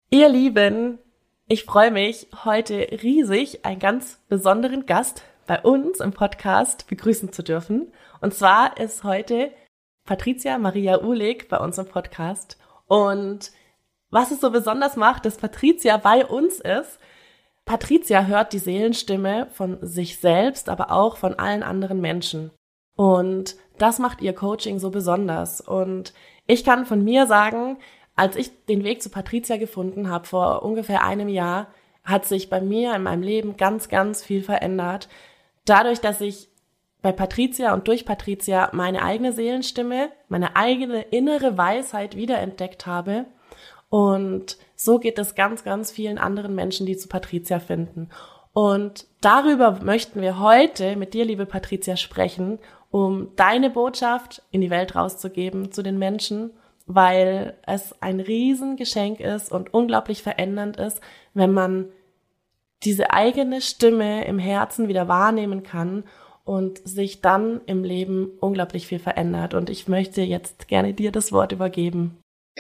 Ihr Lieben, ich freue mich, heute riesig einen ganz besonderen Gast bei uns im Podcast begrüßen zu dürfen. Und zwar ist heute Patricia Maria Uhlig bei uns im Podcast. Und was es so besonders macht, dass Patricia bei uns ist, Patricia hört die Seelenstimme von sich selbst, aber auch von allen anderen Menschen. Und das macht ihr Coaching so besonders. Und ich kann von mir sagen, als ich den Weg zu Patricia gefunden habe, vor ungefähr einem Jahr, hat sich bei mir in meinem Leben ganz, ganz viel verändert. Dadurch, dass ich bei Patricia und durch Patricia meine eigene Seelenstimme, meine eigene innere Weisheit wiederentdeckt habe. Und so geht es ganz, ganz vielen anderen Menschen, die zu Patricia finden. Und darüber möchten wir heute mit dir, liebe Patricia, sprechen, um deine Botschaft in die Welt rauszugeben zu den Menschen, weil es ein Riesengeschenk ist und unglaublich verändernd ist, wenn man diese eigene Stimme im Herzen wieder wahrnehmen kann und sich dann im Leben unglaublich viel verändert. Und ich möchte jetzt gerne dir das Wort übergeben.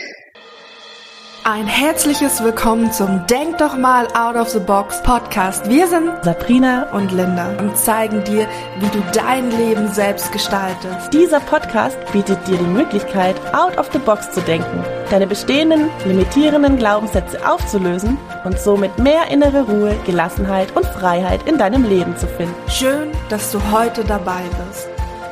Ein herzliches Willkommen zum Denk doch mal Out of the Box Podcast. Wir sind Sabrina und Linda und zeigen dir, wie du dein Leben selbst gestaltest. Dieser Podcast bietet dir die Möglichkeit, out of the box zu denken, deine bestehenden, limitierenden Glaubenssätze aufzulösen und somit mehr innere Ruhe, Gelassenheit und Freiheit in deinem Leben zu finden. Schön, dass du heute dabei bist.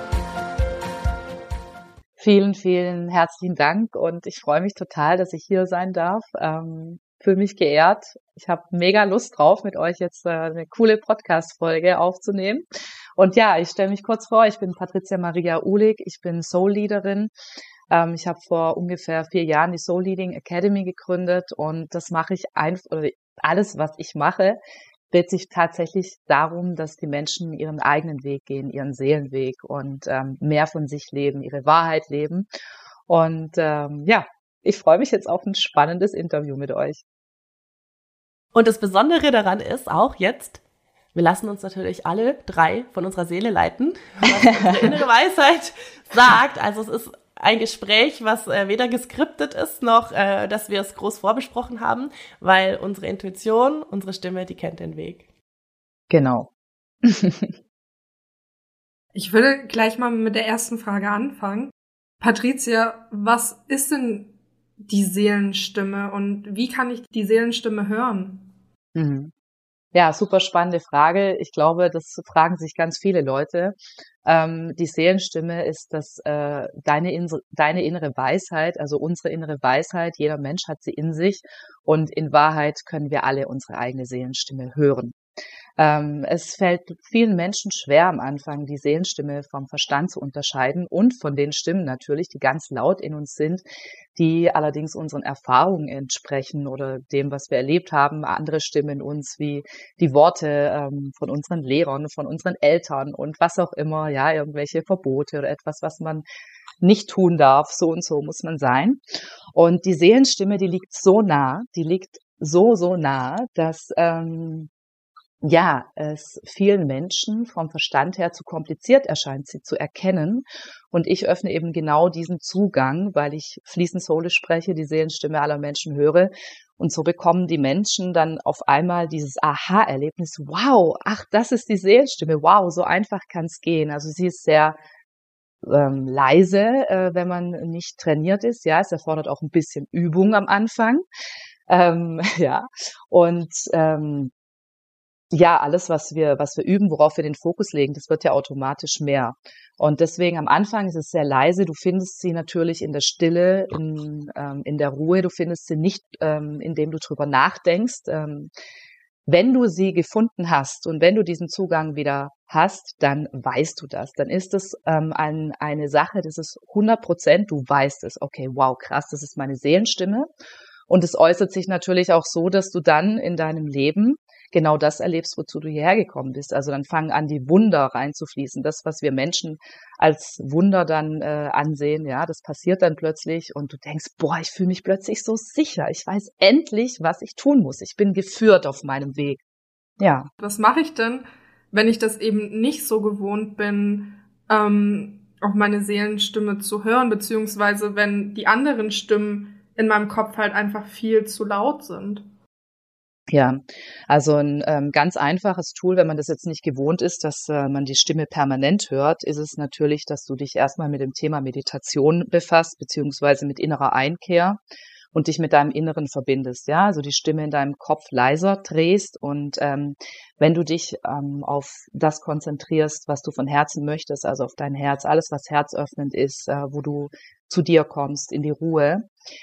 Vielen, vielen herzlichen Dank und ich freue mich total, dass ich hier sein darf. Fühle mich geehrt. Ich habe mega Lust drauf, mit euch jetzt eine coole Podcast-Folge aufzunehmen. Und ja, ich stelle mich kurz vor. Ich bin Patricia Maria Uhlig. Ich bin Soul-Leaderin. Ich habe vor ungefähr 4 Jahren die Soul Leading Academy gegründet und das mache ich alles, was ich mache, dreht sich tatsächlich darum, dass die Menschen ihren eigenen Weg gehen, ihren Seelenweg und mehr von sich leben, ihre Wahrheit leben. Und ich freue mich jetzt auf ein spannendes Interview mit euch. Und das Besondere daran ist auch jetzt, wir lassen uns natürlich alle 3 von unserer Seele leiten, was unsere innere Weisheit sagt. Also es ist ein Gespräch, was weder geskriptet ist, noch, dass wir es groß vorbesprochen haben, weil unsere Intuition, unsere Stimme, die kennt den Weg. Genau. Ich würde gleich mal mit der ersten Frage anfangen. Patricia, was ist denn die Seelenstimme und wie kann ich die Seelenstimme hören? Ja, super spannende Frage. Ich glaube, das fragen sich ganz viele Leute. Die Seelenstimme ist deine innere Weisheit, also unsere innere Weisheit. Jeder Mensch hat sie in sich und in Wahrheit können wir alle unsere eigene Seelenstimme hören. Es fällt vielen Menschen schwer am Anfang, die Seelenstimme vom Verstand zu unterscheiden und von den Stimmen natürlich, die ganz laut in uns sind, die allerdings unseren Erfahrungen entsprechen oder dem, was wir erlebt haben. Andere Stimmen in uns, wie die Worte von unseren Lehrern, von unseren Eltern und was auch immer, ja, irgendwelche Verbote oder etwas, was man nicht tun darf. So und so muss man sein. Und die Seelenstimme, die liegt so nah, so nah, dass es vielen Menschen vom Verstand her zu kompliziert erscheint, sie zu erkennen. Und ich öffne eben genau diesen Zugang, weil ich fließend soulisch spreche, die Seelenstimme aller Menschen höre. Und so bekommen die Menschen dann auf einmal dieses Aha-Erlebnis. Wow, ach, das ist die Seelenstimme. Wow, so einfach kann es gehen. Also sie ist sehr leise, wenn man nicht trainiert ist. Ja, es erfordert auch ein bisschen Übung am Anfang. Alles, was wir üben, worauf wir den Fokus legen, das wird ja automatisch mehr. Und deswegen am Anfang ist es sehr leise. Du findest sie natürlich in der Stille, in der Ruhe. Du findest sie nicht, indem du drüber nachdenkst. Wenn du sie gefunden hast und wenn du diesen Zugang wieder hast, dann weißt du das. Dann ist es eine Sache, das ist 100%, du weißt es. Okay, wow, krass, das ist meine Seelenstimme. Und es äußert sich natürlich auch so, dass du dann in deinem Leben genau das erlebst, wozu du hierher gekommen bist. Also dann fangen an, die Wunder reinzufließen. Das, was wir Menschen als Wunder dann ansehen, ja, das passiert dann plötzlich und du denkst, boah, ich fühle mich plötzlich so sicher. Ich weiß endlich, was ich tun muss. Ich bin geführt auf meinem Weg. Ja. Was mache ich denn, wenn ich das eben nicht so gewohnt bin, auf meine Seelenstimme zu hören, beziehungsweise wenn die anderen Stimmen in meinem Kopf halt einfach viel zu laut sind. Ja, also ein ganz einfaches Tool, wenn man das jetzt nicht gewohnt ist, dass man die Stimme permanent hört, ist es natürlich, dass du dich erstmal mit dem Thema Meditation befasst, beziehungsweise mit innerer Einkehr und dich mit deinem Inneren verbindest, ja, also die Stimme in deinem Kopf leiser drehst und wenn du dich auf das konzentrierst, was du von Herzen möchtest, also auf dein Herz, alles, was herzöffnend ist, wo du zu dir kommst, in die Ruhe,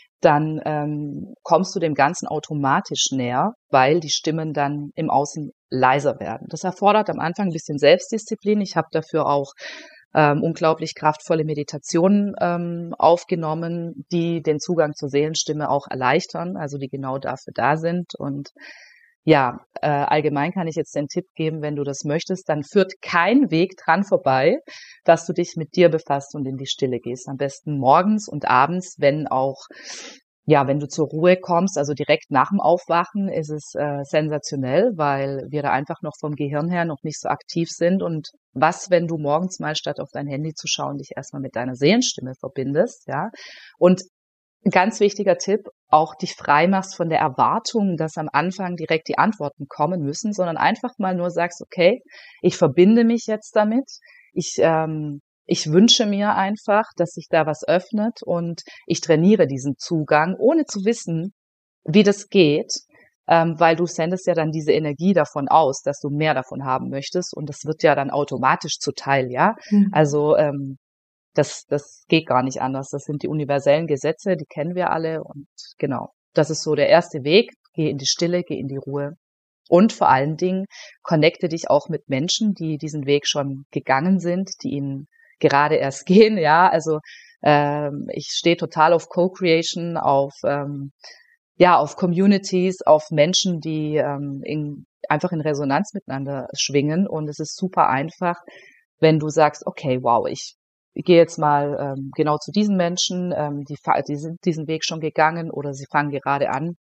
dann kommst du dem Ganzen automatisch näher, weil die Stimmen dann im Außen leiser werden. Das erfordert am Anfang ein bisschen Selbstdisziplin. Ich habe dafür auch unglaublich kraftvolle Meditationen aufgenommen, die den Zugang zur Seelenstimme auch erleichtern, also die genau dafür da sind. Und ja, allgemein kann ich jetzt den Tipp geben, wenn du das möchtest, dann führt kein Weg dran vorbei, dass du dich mit dir befasst und in die Stille gehst. Am besten morgens und abends, wenn du zur Ruhe kommst, also direkt nach dem Aufwachen, ist es sensationell, weil wir da einfach noch vom Gehirn her noch nicht so aktiv sind. Und was, wenn du morgens mal statt auf dein Handy zu schauen, dich erstmal mit deiner Seelenstimme verbindest, ja? Und ein ganz wichtiger Tipp, auch dich frei machst von der Erwartung, dass am Anfang direkt die Antworten kommen müssen, sondern einfach mal nur sagst, okay, ich verbinde mich jetzt damit, ich wünsche mir einfach, dass sich da was öffnet und ich trainiere diesen Zugang, ohne zu wissen, wie das geht, weil du sendest ja dann diese Energie davon aus, dass du mehr davon haben möchtest und das wird ja dann automatisch zuteil, ja. Also das geht gar nicht anders. Das sind die universellen Gesetze, die kennen wir alle und genau, das ist so der erste Weg. Geh in die Stille, geh in die Ruhe. Und vor allen Dingen connecte dich auch mit Menschen, die diesen Weg schon gegangen sind, die ihn gerade erst gehen, ja. Also ich stehe total auf Co-Creation, auf Communities, auf Menschen, die einfach in Resonanz miteinander schwingen. Und es ist super einfach, wenn du sagst, okay, wow, ich gehe jetzt mal genau zu diesen Menschen, die sind diesen Weg schon gegangen oder sie fangen gerade an,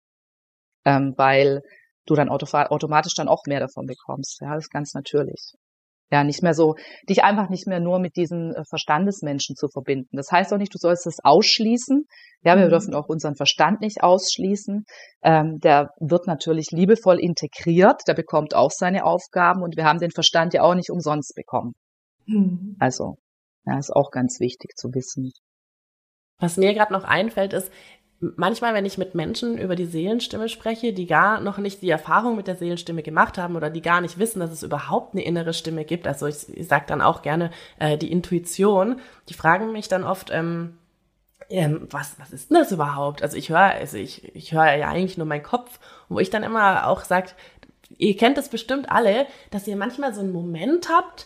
weil du dann automatisch dann auch mehr davon bekommst. Ja, das ist ganz natürlich. Ja, nicht mehr so, dich einfach nicht mehr nur mit diesen Verstandesmenschen zu verbinden. Das heißt auch nicht, du sollst es ausschließen. Ja, wir dürfen auch unseren Verstand nicht ausschließen. Der wird natürlich liebevoll integriert, der bekommt auch seine Aufgaben und wir haben den Verstand ja auch nicht umsonst bekommen. Also, ja, ist auch ganz wichtig zu wissen. Was mir gerade noch einfällt, ist, manchmal, wenn ich mit Menschen über die Seelenstimme spreche, die gar noch nicht die Erfahrung mit der Seelenstimme gemacht haben oder die gar nicht wissen, dass es überhaupt eine innere Stimme gibt, also ich sage dann auch gerne die Intuition, die fragen mich dann oft, was ist denn das überhaupt? Also ich höre ja eigentlich nur meinen Kopf, wo ich dann immer auch sage, ihr kennt das bestimmt alle, dass ihr manchmal so einen Moment habt,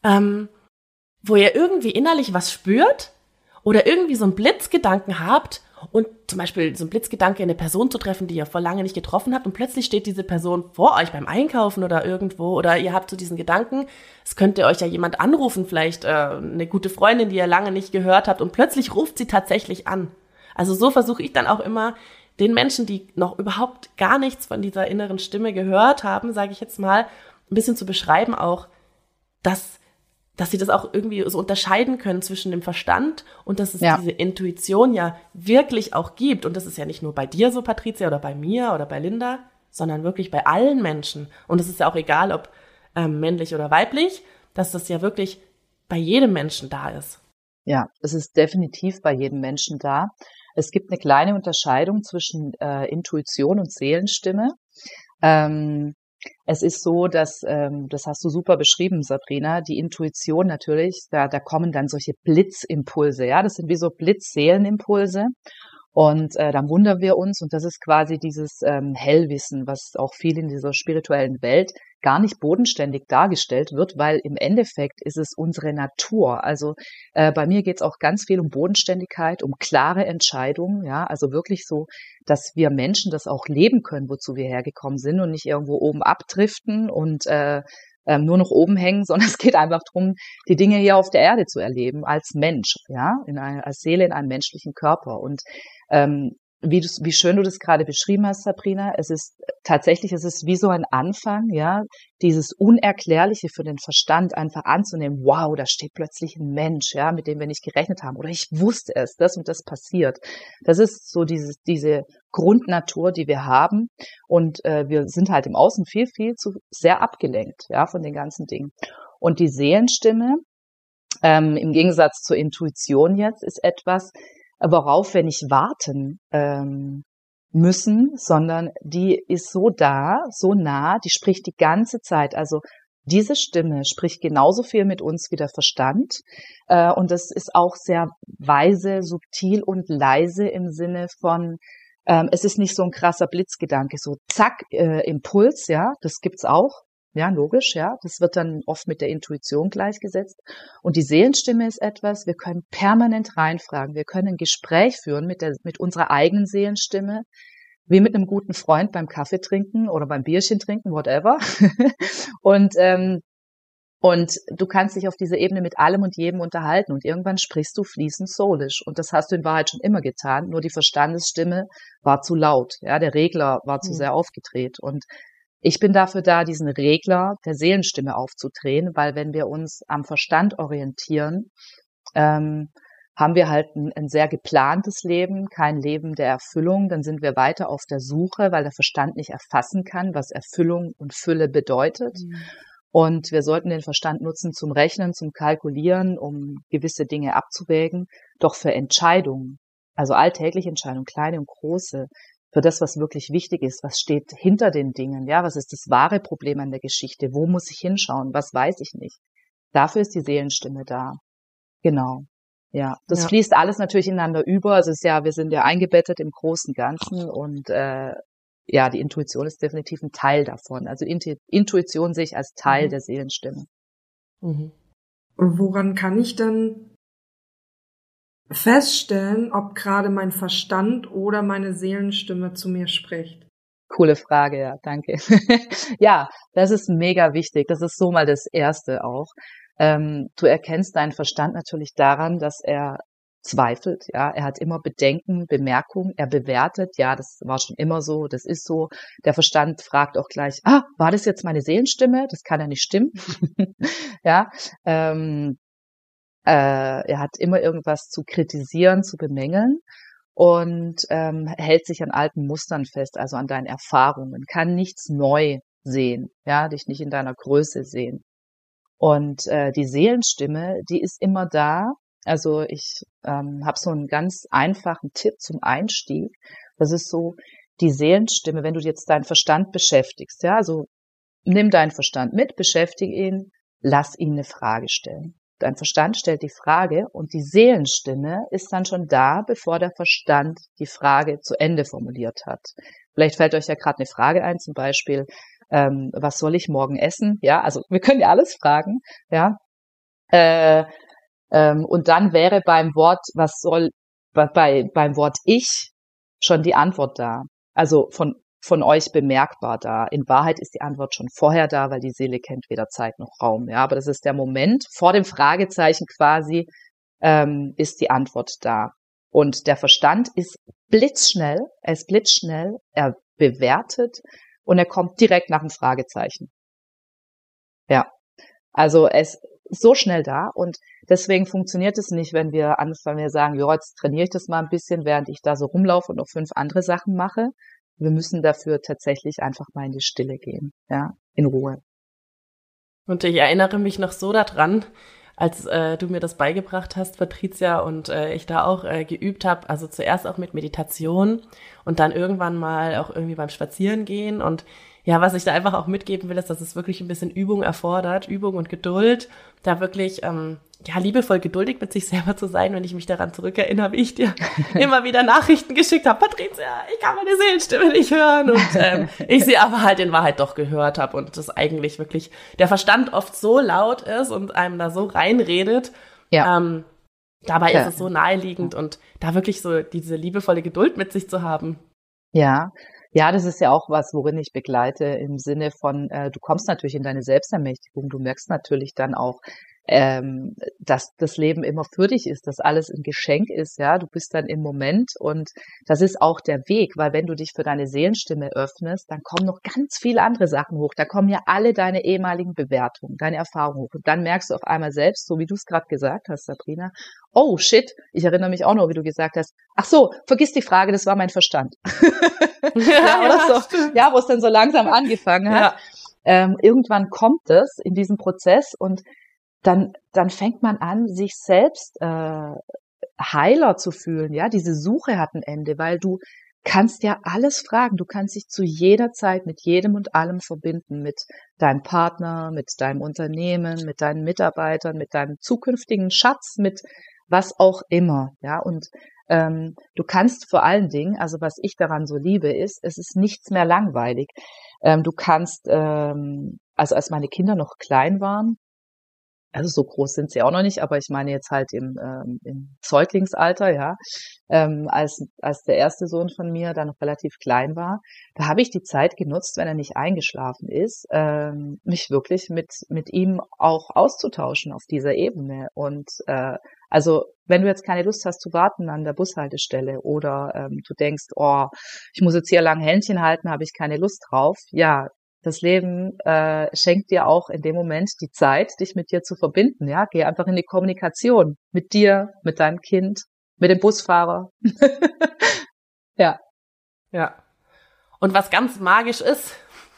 wo ihr irgendwie innerlich was spürt oder irgendwie so einen Blitzgedanken habt und zum Beispiel so einen Blitzgedanke, eine Person zu treffen, die ihr vor lange nicht getroffen habt und plötzlich steht diese Person vor euch beim Einkaufen oder irgendwo oder ihr habt so diesen Gedanken, es könnte euch ja jemand anrufen, vielleicht eine gute Freundin, die ihr lange nicht gehört habt und plötzlich ruft sie tatsächlich an. Also so versuche ich dann auch immer den Menschen, die noch überhaupt gar nichts von dieser inneren Stimme gehört haben, sage ich jetzt mal, ein bisschen zu beschreiben auch, dass sie das auch irgendwie so unterscheiden können zwischen dem Verstand und dass es diese Intuition ja wirklich auch gibt. Und das ist ja nicht nur bei dir so, Patricia, oder bei mir oder bei Linda, sondern wirklich bei allen Menschen. Und es ist ja auch egal, ob männlich oder weiblich, dass das ja wirklich bei jedem Menschen da ist. Ja, es ist definitiv bei jedem Menschen da. Es gibt eine kleine Unterscheidung zwischen Intuition und Seelenstimme. Es ist so, dass, das hast du super beschrieben, Sabrina, die Intuition natürlich, da kommen dann solche Blitzimpulse, ja, das sind wie so Blitzseelenimpulse und dann wundern wir uns und das ist quasi dieses Hellwissen, was auch viel in dieser spirituellen Welt gar nicht bodenständig dargestellt wird, weil im Endeffekt ist es unsere Natur. Also bei mir geht es auch ganz viel um Bodenständigkeit, um klare Entscheidungen, ja, also wirklich so, dass wir Menschen das auch leben können, wozu wir hergekommen sind und nicht irgendwo oben abdriften und nur noch oben hängen, sondern es geht einfach darum, die Dinge hier auf der Erde zu erleben als Mensch, ja, als Seele in einem menschlichen Körper. Und wie schön du das gerade beschrieben hast, Sabrina, es ist wie so ein Anfang, ja, dieses Unerklärliche für den Verstand einfach anzunehmen. Wow, da steht plötzlich ein Mensch, ja, mit dem wir nicht gerechnet haben. Oder ich wusste es, das und das passiert. Das ist so diese Grundnatur, die wir haben. Und wir sind halt im Außen viel zu sehr abgelenkt, ja, von den ganzen Dingen. Und die Seelenstimme, im Gegensatz zur Intuition jetzt, ist etwas, worauf wir nicht warten müssen, sondern die ist so da, so nah, die spricht die ganze Zeit. Also diese Stimme spricht genauso viel mit uns wie der Verstand. Und das ist auch sehr weise, subtil und leise im Sinne von, es ist nicht so ein krasser Blitzgedanke, so zack, Impuls, ja, das gibt's auch. Ja, logisch, ja. Das wird dann oft mit der Intuition gleichgesetzt. Und die Seelenstimme ist etwas, wir können permanent reinfragen. Wir können ein Gespräch führen mit unserer eigenen Seelenstimme, wie mit einem guten Freund beim Kaffee trinken oder beim Bierchen trinken, whatever. Und du kannst dich auf dieser Ebene mit allem und jedem unterhalten. Und irgendwann sprichst du fließend Soulisch. Und das hast du in Wahrheit schon immer getan. Nur die Verstandesstimme war zu laut. Ja, der Regler war zu sehr aufgedreht. Und ich bin dafür da, diesen Regler der Seelenstimme aufzudrehen, weil wenn wir uns am Verstand orientieren, haben wir halt ein sehr geplantes Leben, kein Leben der Erfüllung. Dann sind wir weiter auf der Suche, weil der Verstand nicht erfassen kann, was Erfüllung und Fülle bedeutet. Und wir sollten den Verstand nutzen zum Rechnen, zum Kalkulieren, um gewisse Dinge abzuwägen. Doch für Entscheidungen, also alltägliche Entscheidungen, kleine und große, für das, was wirklich wichtig ist, was steht hinter den Dingen, ja, was ist das wahre Problem an der Geschichte, wo muss ich hinschauen, was weiß ich nicht. Dafür ist die Seelenstimme da. Genau. Ja, das fließt alles natürlich ineinander über. Also wir sind ja eingebettet im großen Ganzen und die Intuition ist definitiv ein Teil davon. Also Intuition sehe ich als Teil der Seelenstimme. Und woran kann ich denn feststellen, ob gerade mein Verstand oder meine Seelenstimme zu mir spricht? Coole Frage, ja, danke. Ja, das ist mega wichtig. Das ist so mal das Erste auch. Du erkennst deinen Verstand natürlich daran, dass er zweifelt, ja. Er hat immer Bedenken, Bemerkungen, er bewertet, ja, das war schon immer so, das ist so. Der Verstand fragt auch gleich, war das jetzt meine Seelenstimme? Das kann ja nicht stimmen. Ja, er hat immer irgendwas zu kritisieren, zu bemängeln und hält sich an alten Mustern fest, also an deinen Erfahrungen, kann nichts neu sehen, ja, dich nicht in deiner Größe sehen. Und die Seelenstimme, die ist immer da. Also ich habe so einen ganz einfachen Tipp zum Einstieg. Das ist so die Seelenstimme, wenn du jetzt deinen Verstand beschäftigst, ja, also nimm deinen Verstand mit, beschäftige ihn, lass ihn eine Frage stellen. Dein Verstand stellt die Frage und die Seelenstimme ist dann schon da, bevor der Verstand die Frage zu Ende formuliert hat. Vielleicht fällt euch ja gerade eine Frage ein, zum Beispiel, was soll ich morgen essen? Ja, also wir können ja alles fragen, ja. Und dann wäre beim Wort, beim Wort ich schon die Antwort da. Also von euch bemerkbar da. In Wahrheit ist die Antwort schon vorher da, weil die Seele kennt weder Zeit noch Raum. Ja, aber das ist der Moment. Vor dem Fragezeichen quasi ist die Antwort da. Und der Verstand ist blitzschnell. Er bewertet und er kommt direkt nach dem Fragezeichen. Ja, also es ist so schnell da und deswegen funktioniert es nicht, wenn wir sagen, ja, jetzt trainiere ich das mal ein bisschen, während ich da so rumlaufe und noch 5 andere Sachen mache. Wir müssen dafür tatsächlich einfach mal in die Stille gehen, ja, in Ruhe. Und ich erinnere mich noch so daran, als du mir das beigebracht hast, Patricia, und ich da auch geübt habe, also zuerst auch mit Meditation und dann irgendwann mal auch irgendwie beim Spazierengehen. Und ja, was ich da einfach auch mitgeben will, ist, dass es wirklich ein bisschen Übung erfordert, Übung und Geduld, da wirklich liebevoll geduldig mit sich selber zu sein, wenn ich mich daran zurückerinnere, wie ich dir immer wieder Nachrichten geschickt habe, Patricia, ich kann meine Seelenstimme nicht hören und ich sie aber halt in Wahrheit doch gehört habe und das eigentlich wirklich der Verstand oft so laut ist und einem da so reinredet. Ja. Dabei ist es so naheliegend und da wirklich so diese liebevolle Geduld mit sich zu haben. Ja, das ist ja auch was, worin ich begleite im Sinne von, du kommst natürlich in deine Selbstermächtigung, du merkst natürlich dann auch, dass das Leben immer für dich ist, dass alles ein Geschenk ist, ja, du bist dann im Moment und das ist auch der Weg, weil wenn du dich für deine Seelenstimme öffnest, dann kommen noch ganz viele andere Sachen hoch, da kommen ja alle deine ehemaligen Bewertungen, deine Erfahrungen hoch und dann merkst du auf einmal selbst, so wie du es gerade gesagt hast, Sabrina, oh shit, ich erinnere mich auch noch, wie du gesagt hast, ach so, vergiss die Frage, das war mein Verstand. Ja, oder so, stimmt. ja, wo es dann so langsam angefangen hat. Irgendwann kommt es in diesem Prozess und dann fängt man an, sich selbst heiler zu fühlen. Ja, diese Suche hat ein Ende, weil du kannst ja alles fragen. Du kannst dich zu jeder Zeit mit jedem und allem verbinden, mit deinem Partner, mit deinem Unternehmen, mit deinen Mitarbeitern, mit deinem zukünftigen Schatz, mit was auch immer. Ja, und du kannst vor allen Dingen, also was ich daran so liebe, ist, es ist nichts mehr langweilig. Du kannst, also als meine Kinder noch klein waren, also so groß sind sie auch noch nicht, aber ich meine jetzt halt im Säuglingsalter, ja, als der erste Sohn von mir dann noch relativ klein war, da habe ich die Zeit genutzt, wenn er nicht eingeschlafen ist, mich wirklich mit ihm auch auszutauschen auf dieser Ebene. Und also wenn du jetzt keine Lust hast zu warten an der Bushaltestelle oder du denkst, oh, ich muss jetzt hier lang Händchen halten, habe ich keine Lust drauf, ja, das Leben schenkt dir auch in dem Moment die Zeit, dich mit dir zu verbinden. Ja, geh einfach in die Kommunikation mit dir, mit deinem Kind, mit dem Busfahrer. Ja. Ja. Und was ganz magisch ist,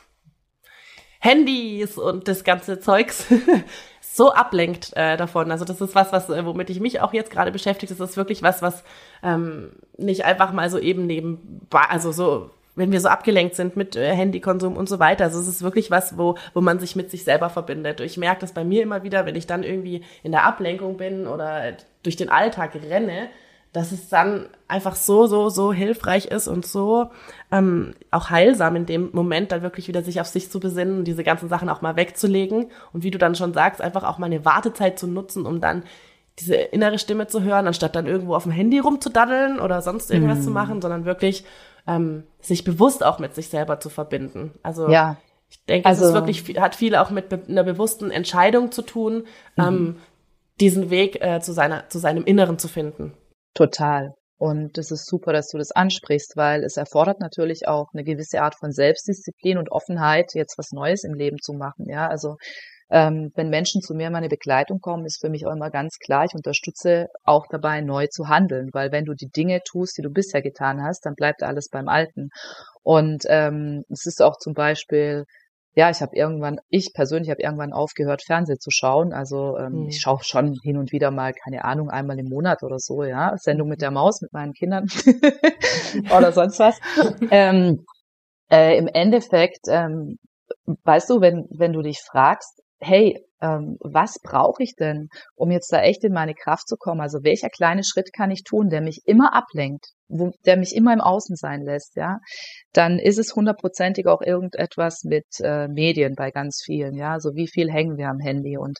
Handys und das ganze Zeugs so ablenkt davon. Also das ist was womit ich mich auch jetzt gerade beschäftige. Das ist wirklich was nicht einfach mal so eben nebenbei, also so, wenn wir so abgelenkt sind mit Handykonsum und so weiter. Also es ist wirklich was, wo man sich mit sich selber verbindet. Ich merke das bei mir immer wieder, wenn ich dann irgendwie in der Ablenkung bin oder durch den Alltag renne, dass es dann einfach so hilfreich ist und so auch heilsam in dem Moment, dann wirklich wieder sich auf sich zu besinnen und diese ganzen Sachen auch mal wegzulegen. Und wie du dann schon sagst, einfach auch mal eine Wartezeit zu nutzen, um dann diese innere Stimme zu hören, anstatt dann irgendwo auf dem Handy rumzudaddeln oder sonst irgendwas zu machen, sondern wirklich sich bewusst auch mit sich selber zu verbinden. Also ja. Ich denke, es ist wirklich, hat viel auch mit einer bewussten Entscheidung zu tun, diesen Weg zu seinem Inneren zu finden. Total. Und es ist super, dass du das ansprichst, weil es erfordert natürlich auch eine gewisse Art von Selbstdisziplin und Offenheit, jetzt was Neues im Leben zu machen. Ja, also wenn Menschen zu mir in meine Begleitung kommen, ist für mich auch immer ganz klar, ich unterstütze auch dabei, neu zu handeln, weil wenn du die Dinge tust, die du bisher getan hast, dann bleibt alles beim Alten. Und es ist auch zum Beispiel, ja, ich persönlich habe irgendwann aufgehört, Fernsehen zu schauen. Also ich schaue schon hin und wieder mal, keine Ahnung, einmal im Monat oder so, ja, Sendung mit der Maus mit meinen Kindern oder sonst was. Im Endeffekt, weißt du, wenn du dich fragst, hey, was brauche ich denn, um jetzt da echt in meine Kraft zu kommen? Also welcher kleine Schritt kann ich tun, der mich immer ablenkt, der mich immer im Außen sein lässt, ja? Dann ist es 100%ig auch irgendetwas mit Medien bei ganz vielen, ja? Also wie viel hängen wir am Handy? Und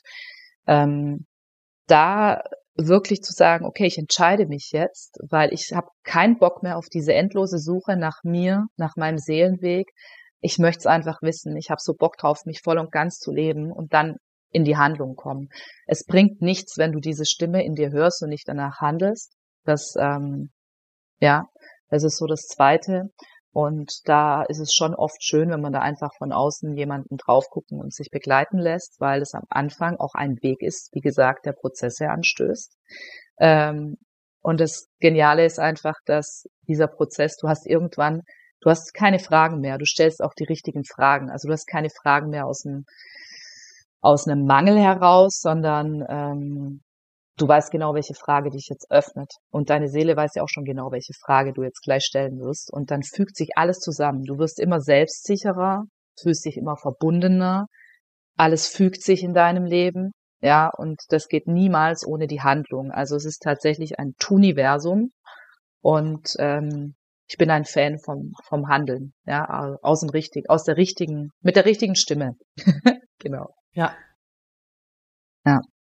da wirklich zu sagen, okay, ich entscheide mich jetzt, weil ich habe keinen Bock mehr auf diese endlose Suche nach mir, nach meinem Seelenweg. Ich möchte es einfach wissen. Ich habe so Bock drauf, mich voll und ganz zu leben und dann in die Handlung kommen. Es bringt nichts, wenn du diese Stimme in dir hörst und nicht danach handelst. Das ist so das Zweite. Und da ist es schon oft schön, wenn man da einfach von außen jemanden drauf gucken und sich begleiten lässt, weil es am Anfang auch ein Weg ist, wie gesagt, der Prozesse anstößt. Und das Geniale ist einfach, dass dieser Prozess, du hast keine Fragen mehr, du stellst auch die richtigen Fragen. Also du hast keine Fragen mehr aus einem Mangel heraus, sondern du weißt genau, welche Frage dich jetzt öffnet. Und deine Seele weiß ja auch schon genau, welche Frage du jetzt gleich stellen wirst. Und dann fügt sich alles zusammen. Du wirst immer selbstsicherer, fühlst dich immer verbundener, alles fügt sich in deinem Leben. Ja, und das geht niemals ohne die Handlung. Also es ist tatsächlich ein Tuniversum. Und ich bin ein Fan vom Handeln, ja, mit der richtigen Stimme. Genau. Ja. Ja.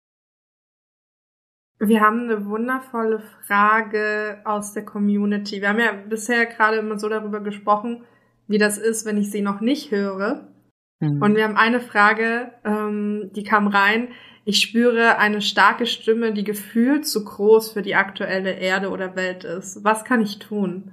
Wir haben eine wundervolle Frage aus der Community. Wir haben ja bisher gerade immer so darüber gesprochen, wie das ist, wenn ich sie noch nicht höre. Und wir haben eine Frage, die kam rein. Ich spüre eine starke Stimme, die gefühlt zu groß für die aktuelle Erde oder Welt ist. Was kann ich tun?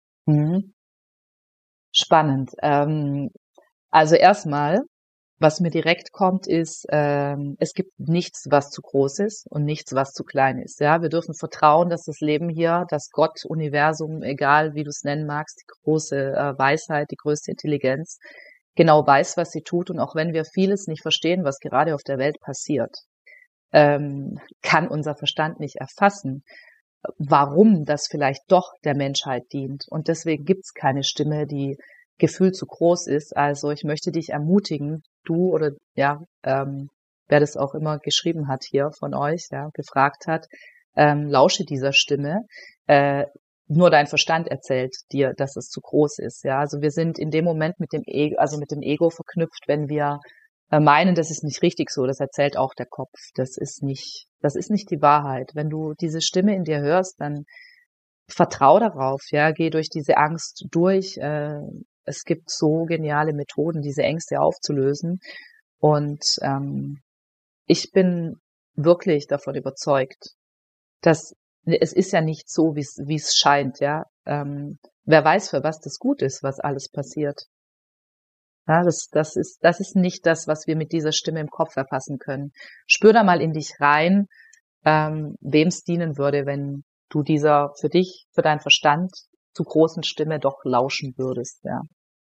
Spannend. Also erstmal, was mir direkt kommt, ist, es gibt nichts, was zu groß ist und nichts, was zu klein ist. Ja, wir dürfen vertrauen, dass das Leben hier, das Gott, Universum, egal wie du es nennen magst, die große Weisheit, die größte Intelligenz, genau weiß, was sie tut. Und auch wenn wir vieles nicht verstehen, was gerade auf der Welt passiert, kann unser Verstand nicht erfassen, warum das vielleicht doch der Menschheit dient. Und deswegen gibt's keine Stimme, die gefühlt zu groß ist. Also ich möchte dich ermutigen, du oder ja, wer das auch immer geschrieben hat hier von euch, ja, gefragt hat, lausche dieser Stimme. Nur dein Verstand erzählt dir, dass es zu groß ist. Ja, also wir sind in dem Moment mit dem Ego verknüpft, wenn wir meinen, das ist nicht richtig so. Das erzählt auch der Kopf. Das ist nicht die Wahrheit. Wenn du diese Stimme in dir hörst, dann vertrau darauf. Ja, geh durch diese Angst durch. Es gibt so geniale Methoden, diese Ängste aufzulösen. Und ich bin wirklich davon überzeugt, dass es ist ja nicht so, wie es scheint, ja. Wer weiß, für was das gut ist, was alles passiert. Ja, das ist nicht das, was wir mit dieser Stimme im Kopf erfassen können. Spür da mal in dich rein, wem es dienen würde, wenn du dieser für dich, für deinen Verstand zu großen Stimme doch lauschen würdest, ja.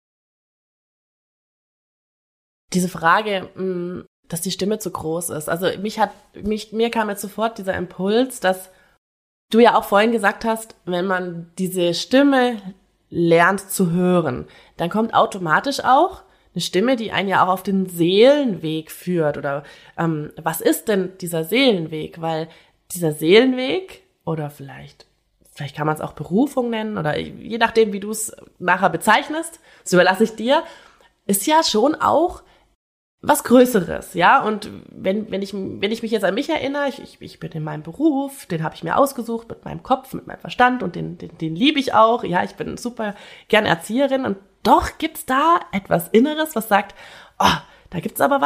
Diese Frage, dass die Stimme zu groß ist. Also mir kam jetzt sofort dieser Impuls, dass du ja auch vorhin gesagt hast, wenn man diese Stimme lernt zu hören, dann kommt automatisch auch eine Stimme, die einen ja auch auf den Seelenweg führt. Oder was ist denn dieser Seelenweg? Weil dieser Seelenweg, oder vielleicht kann man es auch Berufung nennen, oder je nachdem, wie du es nachher bezeichnest, das überlasse ich dir, ist ja schon auch was Größeres, ja, und wenn ich mich jetzt an mich erinnere, ich bin in meinem Beruf, den habe ich mir ausgesucht, mit meinem Kopf, mit meinem Verstand, und den liebe ich auch, ja, ich bin super gern Erzieherin, und doch gibt's da etwas Inneres, was sagt, oh, da gibt's aber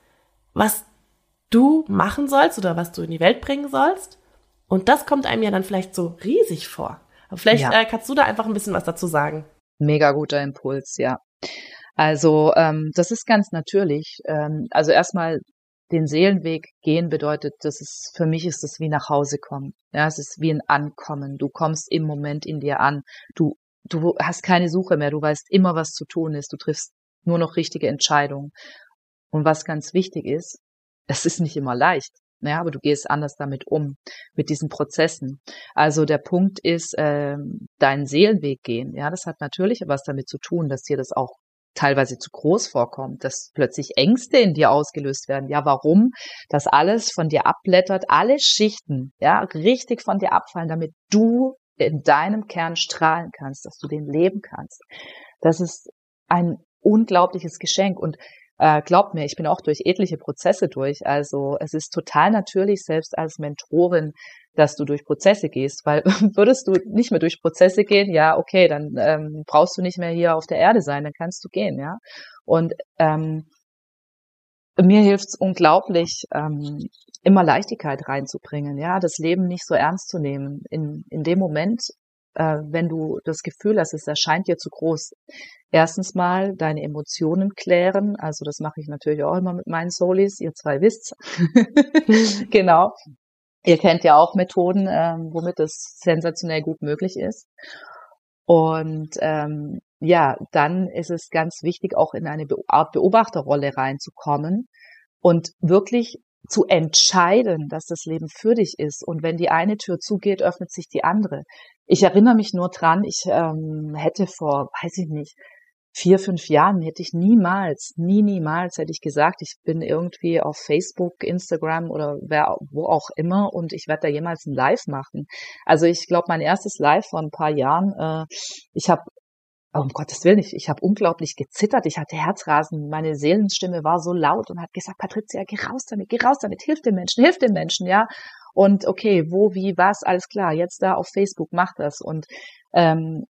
was du machen sollst oder was du in die Welt bringen sollst, und das kommt einem ja dann vielleicht so riesig vor. Aber vielleicht kannst du da einfach ein bisschen was dazu sagen. Mega guter Impuls, ja. Also das ist ganz natürlich. Also erstmal den Seelenweg gehen bedeutet, für mich ist das wie nach Hause kommen. Ja, es ist wie ein Ankommen. Du kommst im Moment in dir an. Du hast keine Suche mehr. Du weißt immer, was zu tun ist. Du triffst nur noch richtige Entscheidungen. Und was ganz wichtig ist, es ist nicht immer leicht. Ja, aber du gehst anders damit um, mit diesen Prozessen. Also der Punkt ist, deinen Seelenweg gehen. Ja, das hat natürlich was damit zu tun, dass dir das auch teilweise zu groß vorkommt, dass plötzlich Ängste in dir ausgelöst werden. Ja, warum? Dass alles von dir abblättert, alle Schichten, ja, richtig von dir abfallen, damit du in deinem Kern strahlen kannst, dass du den leben kannst. Das ist ein unglaubliches Geschenk, und glaubt mir, ich bin auch durch etliche Prozesse durch. Also es ist total natürlich, selbst als Mentorin, dass du durch Prozesse gehst, weil würdest du nicht mehr durch Prozesse gehen, ja, okay, dann brauchst du nicht mehr hier auf der Erde sein, dann kannst du gehen, ja. Und mir hilft's unglaublich, immer Leichtigkeit reinzubringen, ja, das Leben nicht so ernst zu nehmen. In dem Moment, wenn du das Gefühl hast, es erscheint dir zu groß, erstens mal deine Emotionen klären, also das mache ich natürlich auch immer mit meinen Soulies, ihr zwei wisst's. Genau. Ihr kennt ja auch Methoden, womit das sensationell gut möglich ist. Und ja, dann ist es ganz wichtig, auch in eine Art Beobachterrolle reinzukommen und wirklich zu entscheiden, dass das Leben für dich ist. Und wenn die eine Tür zugeht, öffnet sich die andere. Ich erinnere mich nur dran, ich hätte vor, weiß ich nicht, 4, 5 Jahren hätte ich niemals hätte ich gesagt, ich bin irgendwie auf Facebook, Instagram oder wo auch immer, und ich werde da jemals ein Live machen. Also ich glaube, mein erstes Live vor ein paar Jahren, ich habe, um Gottes Willen, ich habe unglaublich gezittert, ich hatte Herzrasen, meine Seelenstimme war so laut und hat gesagt, Patricia, geh raus damit, hilf den Menschen, ja. Und okay, wo, wie, was, alles klar, jetzt da auf Facebook, mach das. Und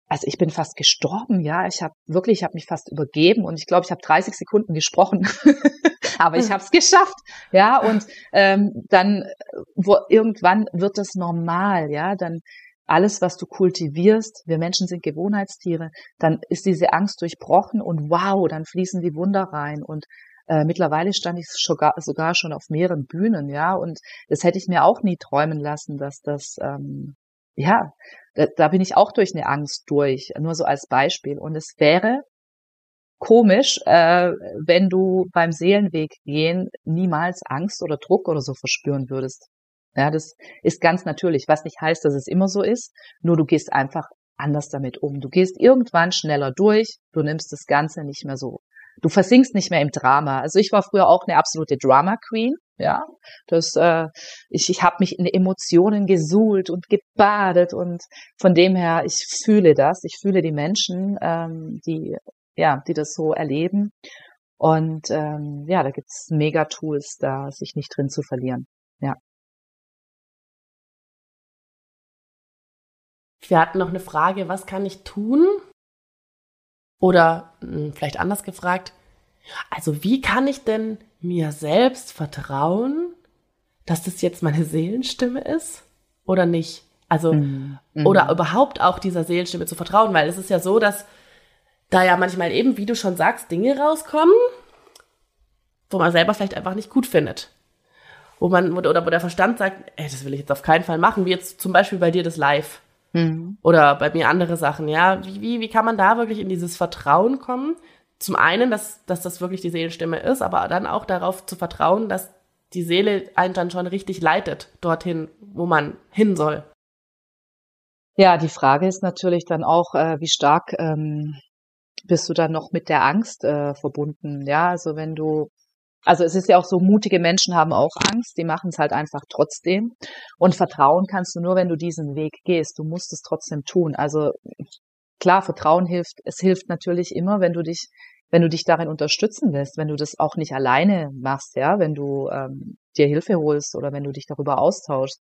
also ich bin fast gestorben, ja. Ich habe mich fast übergeben und ich glaube, ich habe 30 Sekunden gesprochen. Aber ich habe es geschafft, ja. Und dann irgendwann wird das normal, ja. Dann alles, was du kultivierst, wir Menschen sind Gewohnheitstiere, dann ist diese Angst durchbrochen und wow, dann fließen die Wunder rein. Und mittlerweile stand ich sogar schon auf mehreren Bühnen, ja. Und das hätte ich mir auch nie träumen lassen, dass das ja, da bin ich auch durch eine Angst durch, nur so als Beispiel. Und es wäre komisch, wenn du beim Seelenweg gehen niemals Angst oder Druck oder so verspüren würdest. Ja, das ist ganz natürlich, was nicht heißt, dass es immer so ist, nur du gehst einfach anders damit um. Du gehst irgendwann schneller durch, du nimmst das Ganze nicht mehr so. Du versinkst nicht mehr im Drama. Also ich war früher auch eine absolute Drama Queen, ja. Ich habe mich in Emotionen gesuhlt und gebadet und von dem her, ich fühle das. Ich fühle die Menschen, die das so erleben. Und da gibt's mega Tools, da sich nicht drin zu verlieren. Ja. Wir hatten noch eine Frage, was kann ich tun? Oder vielleicht anders gefragt, also wie kann ich denn mir selbst vertrauen, dass das jetzt meine Seelenstimme ist oder nicht? Also, oder überhaupt auch dieser Seelenstimme zu vertrauen, weil es ist ja so, dass da ja manchmal eben, wie du schon sagst, Dinge rauskommen, wo man selber vielleicht einfach nicht gut findet. Wo der Verstand sagt, das will ich jetzt auf keinen Fall machen, wie jetzt zum Beispiel bei dir das Live. Oder bei mir andere Sachen, ja. Wie kann man da wirklich in dieses Vertrauen kommen? Zum einen, dass das wirklich die Seelenstimme ist, aber dann auch darauf zu vertrauen, dass die Seele einen dann schon richtig leitet, dorthin, wo man hin soll. Ja, die Frage ist natürlich dann auch, wie stark bist du dann noch mit der Angst verbunden? Ja, also es ist ja auch so, mutige Menschen haben auch Angst, die machen es halt einfach trotzdem. Und vertrauen kannst du nur, wenn du diesen Weg gehst. Du musst es trotzdem tun. Also klar, Vertrauen hilft. Es hilft natürlich immer, wenn du dich darin unterstützen lässt, wenn du das auch nicht alleine machst, ja, wenn du dir Hilfe holst oder wenn du dich darüber austauschst.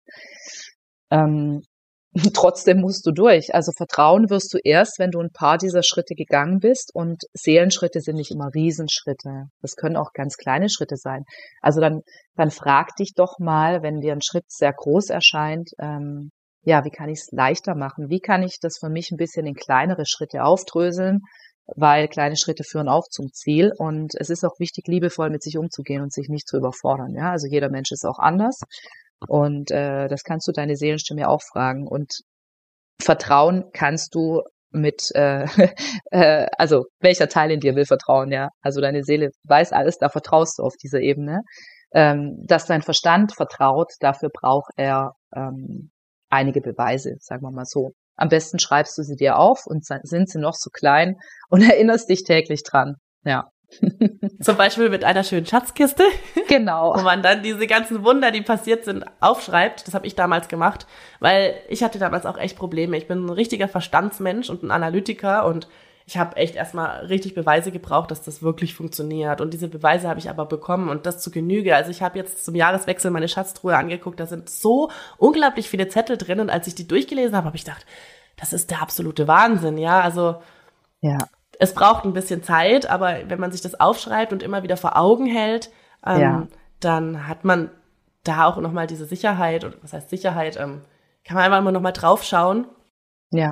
Trotzdem musst du durch. Also vertrauen wirst du erst, wenn du ein paar dieser Schritte gegangen bist, und Seelenschritte sind nicht immer Riesenschritte. Das können auch ganz kleine Schritte sein. Also dann frag dich doch mal, wenn dir ein Schritt sehr groß erscheint, wie kann ich es leichter machen? Wie kann ich das für mich ein bisschen in kleinere Schritte aufdröseln? Weil kleine Schritte führen auch zum Ziel, und es ist auch wichtig, liebevoll mit sich umzugehen und sich nicht zu überfordern. Ja, also jeder Mensch ist auch anders. Und das kannst du deine Seelenstimme auch fragen. Und vertrauen kannst du mit, also welcher Teil in dir will vertrauen, ja? Also deine Seele weiß alles, da vertraust du auf dieser Ebene. Dass dein Verstand vertraut, dafür braucht er einige Beweise, sagen wir mal so. Am besten schreibst du sie dir auf und sind sie noch so klein und erinnerst dich täglich dran, ja. Zum Beispiel mit einer schönen Schatzkiste. Genau. Wo man dann diese ganzen Wunder, die passiert sind, aufschreibt. Das habe ich damals gemacht, weil ich hatte damals auch echt Probleme. Ich bin ein richtiger Verstandsmensch und ein Analytiker, und ich habe echt erstmal richtig Beweise gebraucht, dass das wirklich funktioniert. Und diese Beweise habe ich aber bekommen, und das zu Genüge. Also ich habe jetzt zum Jahreswechsel meine Schatztruhe angeguckt, da sind so unglaublich viele Zettel drin, und als ich die durchgelesen habe, habe ich gedacht, das ist der absolute Wahnsinn, ja. Also ja. Es braucht ein bisschen Zeit, aber wenn man sich das aufschreibt und immer wieder vor Augen hält, dann hat man da auch nochmal diese Sicherheit, oder was heißt Sicherheit, kann man einfach mal nochmal drauf schauen. Ja.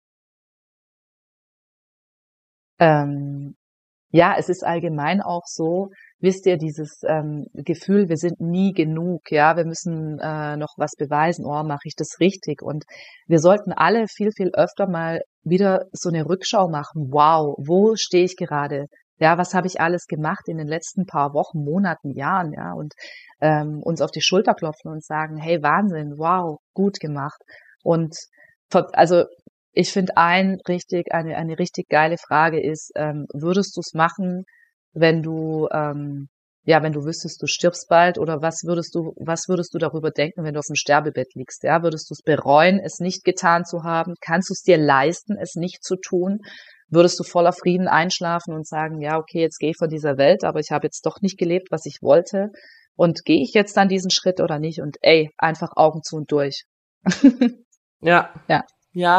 Es ist allgemein auch so, wisst ihr, dieses Gefühl, wir sind nie genug, ja, wir müssen noch was beweisen, mache ich das richtig? Und wir sollten alle viel, viel öfter mal wieder so eine Rückschau machen. Wow, wo stehe ich gerade? Ja, was habe ich alles gemacht in den letzten paar Wochen, Monaten, Jahren, ja, und uns auf die Schulter klopfen und sagen, hey, Wahnsinn, wow, gut gemacht. Und also ich finde eine richtig geile Frage ist, würdest du es machen, wenn du wüsstest, du stirbst bald, oder was würdest du darüber denken, wenn du auf dem Sterbebett liegst? Ja, würdest du es bereuen, es nicht getan zu haben? Kannst du es dir leisten, es nicht zu tun? Würdest du voller Frieden einschlafen und sagen, ja, okay, jetzt gehe ich von dieser Welt, aber ich habe jetzt doch nicht gelebt, was ich wollte, und gehe ich jetzt dann diesen Schritt oder nicht? Und einfach Augen zu und durch. Ja.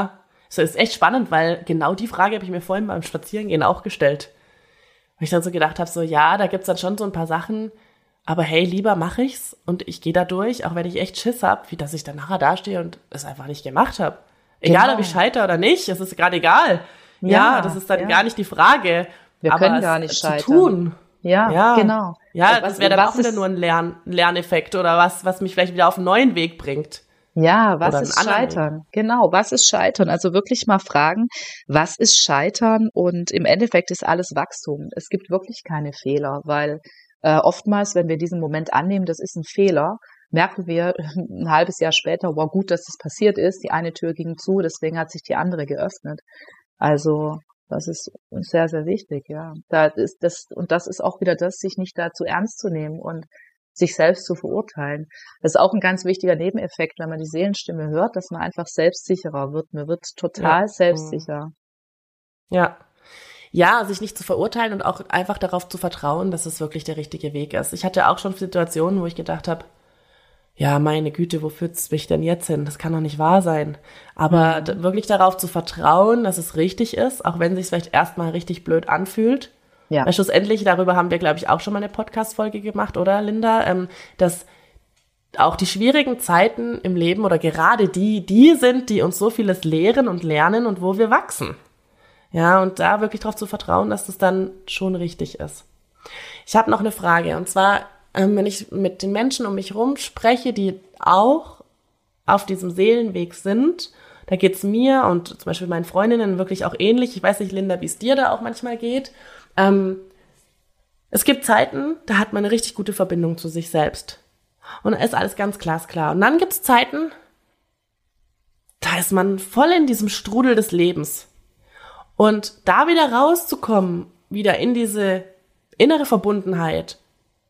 So, ist echt spannend, weil genau die Frage habe ich mir vorhin beim Spazierengehen auch gestellt. Weil ich dann so gedacht habe, so ja, da gibt's dann schon so ein paar Sachen, aber hey, lieber mache ich's und ich gehe da durch, auch wenn ich echt Schiss hab, wie dass ich dann nachher dastehe und es einfach nicht gemacht habe. Egal, Genau. ob ich scheitere oder nicht, es ist gerade egal. Ja, das ist dann gar nicht die Frage. Wir aber können gar nicht es scheitern. zu tun. Ja, genau. Ja, das wäre dann auch wieder nur ein Lerneffekt oder was mich vielleicht wieder auf einen neuen Weg bringt. Ja, was Oder ist einen anderen Scheitern? Genau, was ist Scheitern? Also wirklich mal fragen, was ist Scheitern? Und im Endeffekt ist alles Wachstum. Es gibt wirklich keine Fehler, weil oftmals, wenn wir diesen Moment annehmen, das ist ein Fehler, merken wir ein halbes Jahr später, wow, gut, dass das passiert ist. Die eine Tür ging zu, deswegen hat sich die andere geöffnet. Also das ist sehr, sehr wichtig, ja. Das ist auch wieder das, sich nicht dazu ernst zu nehmen und sich selbst zu verurteilen. Das ist auch ein ganz wichtiger Nebeneffekt, wenn man die Seelenstimme hört, dass man einfach selbstsicherer wird. Man wird total selbstsicher. Ja. Ja, sich nicht zu verurteilen und auch einfach darauf zu vertrauen, dass es wirklich der richtige Weg ist. Ich hatte auch schon Situationen, wo ich gedacht habe, ja, meine Güte, wo führt's mich denn jetzt hin? Das kann doch nicht wahr sein. Aber wirklich darauf zu vertrauen, dass es richtig ist, auch wenn es sich vielleicht erstmal richtig blöd anfühlt. Ja. Weil schlussendlich, darüber haben wir, glaube ich, auch schon mal eine Podcast-Folge gemacht, oder Linda? Dass auch die schwierigen Zeiten im Leben oder gerade die sind, die uns so vieles lehren und lernen und wo wir wachsen. Ja, und da wirklich darauf zu vertrauen, dass das dann schon richtig ist. Ich habe noch eine Frage, und zwar, wenn ich mit den Menschen um mich herum spreche, die auch auf diesem Seelenweg sind, da geht's mir und zum Beispiel meinen Freundinnen wirklich auch ähnlich. Ich weiß nicht, Linda, wie es dir da auch manchmal geht. Es gibt Zeiten, da hat man eine richtig gute Verbindung zu sich selbst. Und da ist alles ganz glasklar. Und dann gibt's Zeiten, da ist man voll in diesem Strudel des Lebens. Und da wieder rauszukommen, wieder in diese innere Verbundenheit.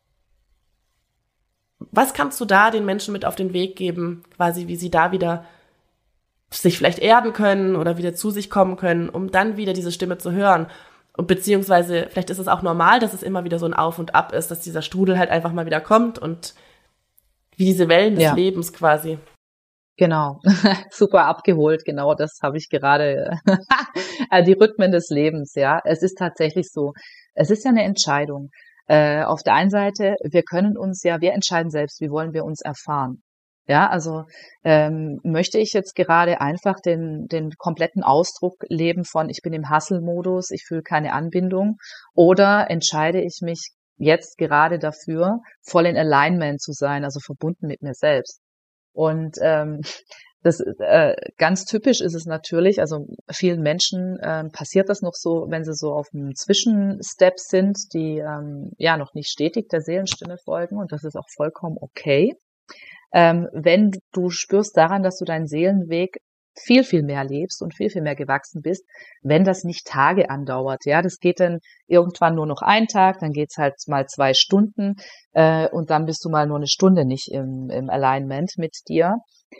Was kannst du da den Menschen mit auf den Weg geben, quasi wie sie da wieder sich vielleicht erden können oder wieder zu sich kommen können, um dann wieder diese Stimme zu hören? Und beziehungsweise, vielleicht ist es auch normal, dass es immer wieder so ein Auf und Ab ist, dass dieser Strudel halt einfach mal wieder kommt und wie diese Wellen des Lebens quasi. Genau, super abgeholt, genau das habe ich gerade, die Rhythmen des Lebens, ja. Es ist tatsächlich so, es ist ja eine Entscheidung. Auf der einen Seite, wir entscheiden selbst, wie wollen wir uns erfahren. Ja, also möchte ich jetzt gerade einfach den kompletten Ausdruck leben von, ich bin im Hustle-Modus, ich fühle keine Anbindung, oder entscheide ich mich jetzt gerade dafür, voll in Alignment zu sein, also verbunden mit mir selbst. Und das ganz typisch ist es natürlich, also vielen Menschen passiert das noch so, wenn sie so auf einem Zwischenstep sind, die noch nicht stetig der Seelenstimme folgen, und das ist auch vollkommen okay. Wenn du spürst daran, dass du deinen Seelenweg viel, viel mehr lebst und viel, viel mehr gewachsen bist, wenn das nicht Tage andauert. Ja, das geht dann irgendwann nur noch einen Tag, dann geht's halt mal 2 Stunden und dann bist du mal nur eine Stunde nicht im Alignment mit dir.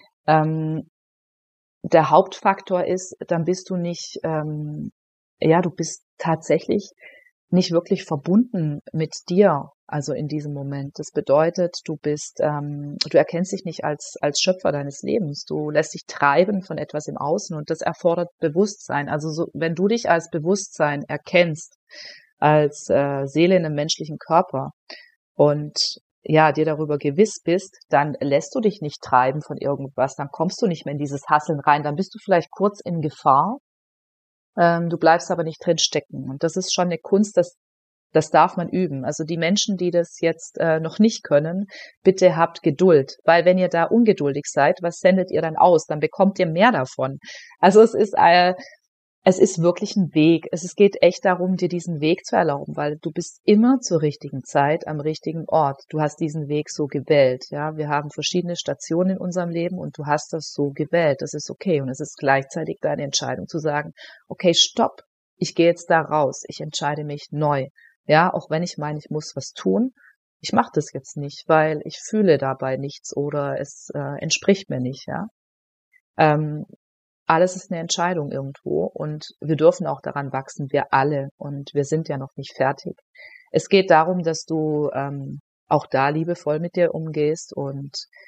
Der Hauptfaktor ist, dann bist du nicht, du bist tatsächlich nicht wirklich verbunden mit dir, also in diesem Moment. Das bedeutet, du erkennst dich nicht als Schöpfer deines Lebens. Du lässt dich treiben von etwas im Außen, und das erfordert Bewusstsein. Also so, wenn du dich als Bewusstsein erkennst, als Seele in einem menschlichen Körper und dir darüber gewiss bist, dann lässt du dich nicht treiben von irgendwas, dann kommst du nicht mehr in dieses Hasseln rein, dann bist du vielleicht kurz in Gefahr, du bleibst aber nicht drin stecken. Und das ist schon eine Kunst, das darf man üben. Also die Menschen, die das jetzt noch nicht können, bitte habt Geduld. Weil wenn ihr da ungeduldig seid, was sendet ihr dann aus? Dann bekommt ihr mehr davon. Also es ist wirklich ein Weg. Es geht echt darum, dir diesen Weg zu erlauben, weil du bist immer zur richtigen Zeit am richtigen Ort. Du hast diesen Weg so gewählt. Ja, wir haben verschiedene Stationen in unserem Leben und du hast das so gewählt. Das ist okay. Und es ist gleichzeitig deine Entscheidung zu sagen, okay, stopp. Ich gehe jetzt da raus. Ich entscheide mich neu. Ja, auch wenn ich meine, ich muss was tun. Ich mache das jetzt nicht, weil ich fühle dabei nichts oder es entspricht mir nicht. Ja. Alles ist eine Entscheidung irgendwo, und wir dürfen auch daran wachsen, wir alle, und wir sind ja noch nicht fertig. Es geht darum, dass du auch da liebevoll mit dir umgehst und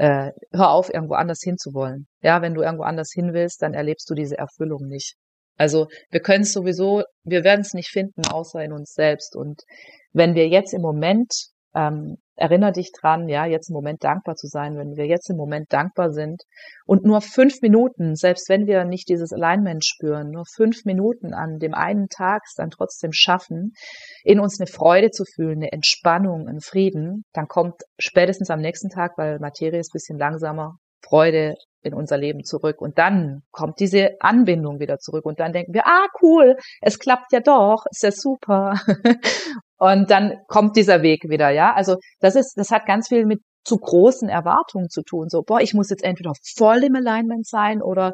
hör auf, irgendwo anders hinzuwollen. Ja, wenn du irgendwo anders hin willst, dann erlebst du diese Erfüllung nicht. Also wir können es sowieso, wir werden es nicht finden, außer in uns selbst. Und wenn wir jetzt im Moment, erinnere dich dran, ja, jetzt im Moment dankbar zu sein, wenn wir jetzt im Moment dankbar sind und nur 5 Minuten, selbst wenn wir nicht dieses Alignment spüren, nur 5 Minuten an dem einen Tag es dann trotzdem schaffen, in uns eine Freude zu fühlen, eine Entspannung, einen Frieden, dann kommt spätestens am nächsten Tag, weil Materie ist ein bisschen langsamer, Freude in unser Leben zurück. Und dann kommt diese Anbindung wieder zurück. Und dann denken wir, cool, es klappt ja doch, ist ja super. Und dann kommt dieser Weg wieder, ja. Also das hat ganz viel mit zu großen Erwartungen zu tun. So, ich muss jetzt entweder voll im Alignment sein oder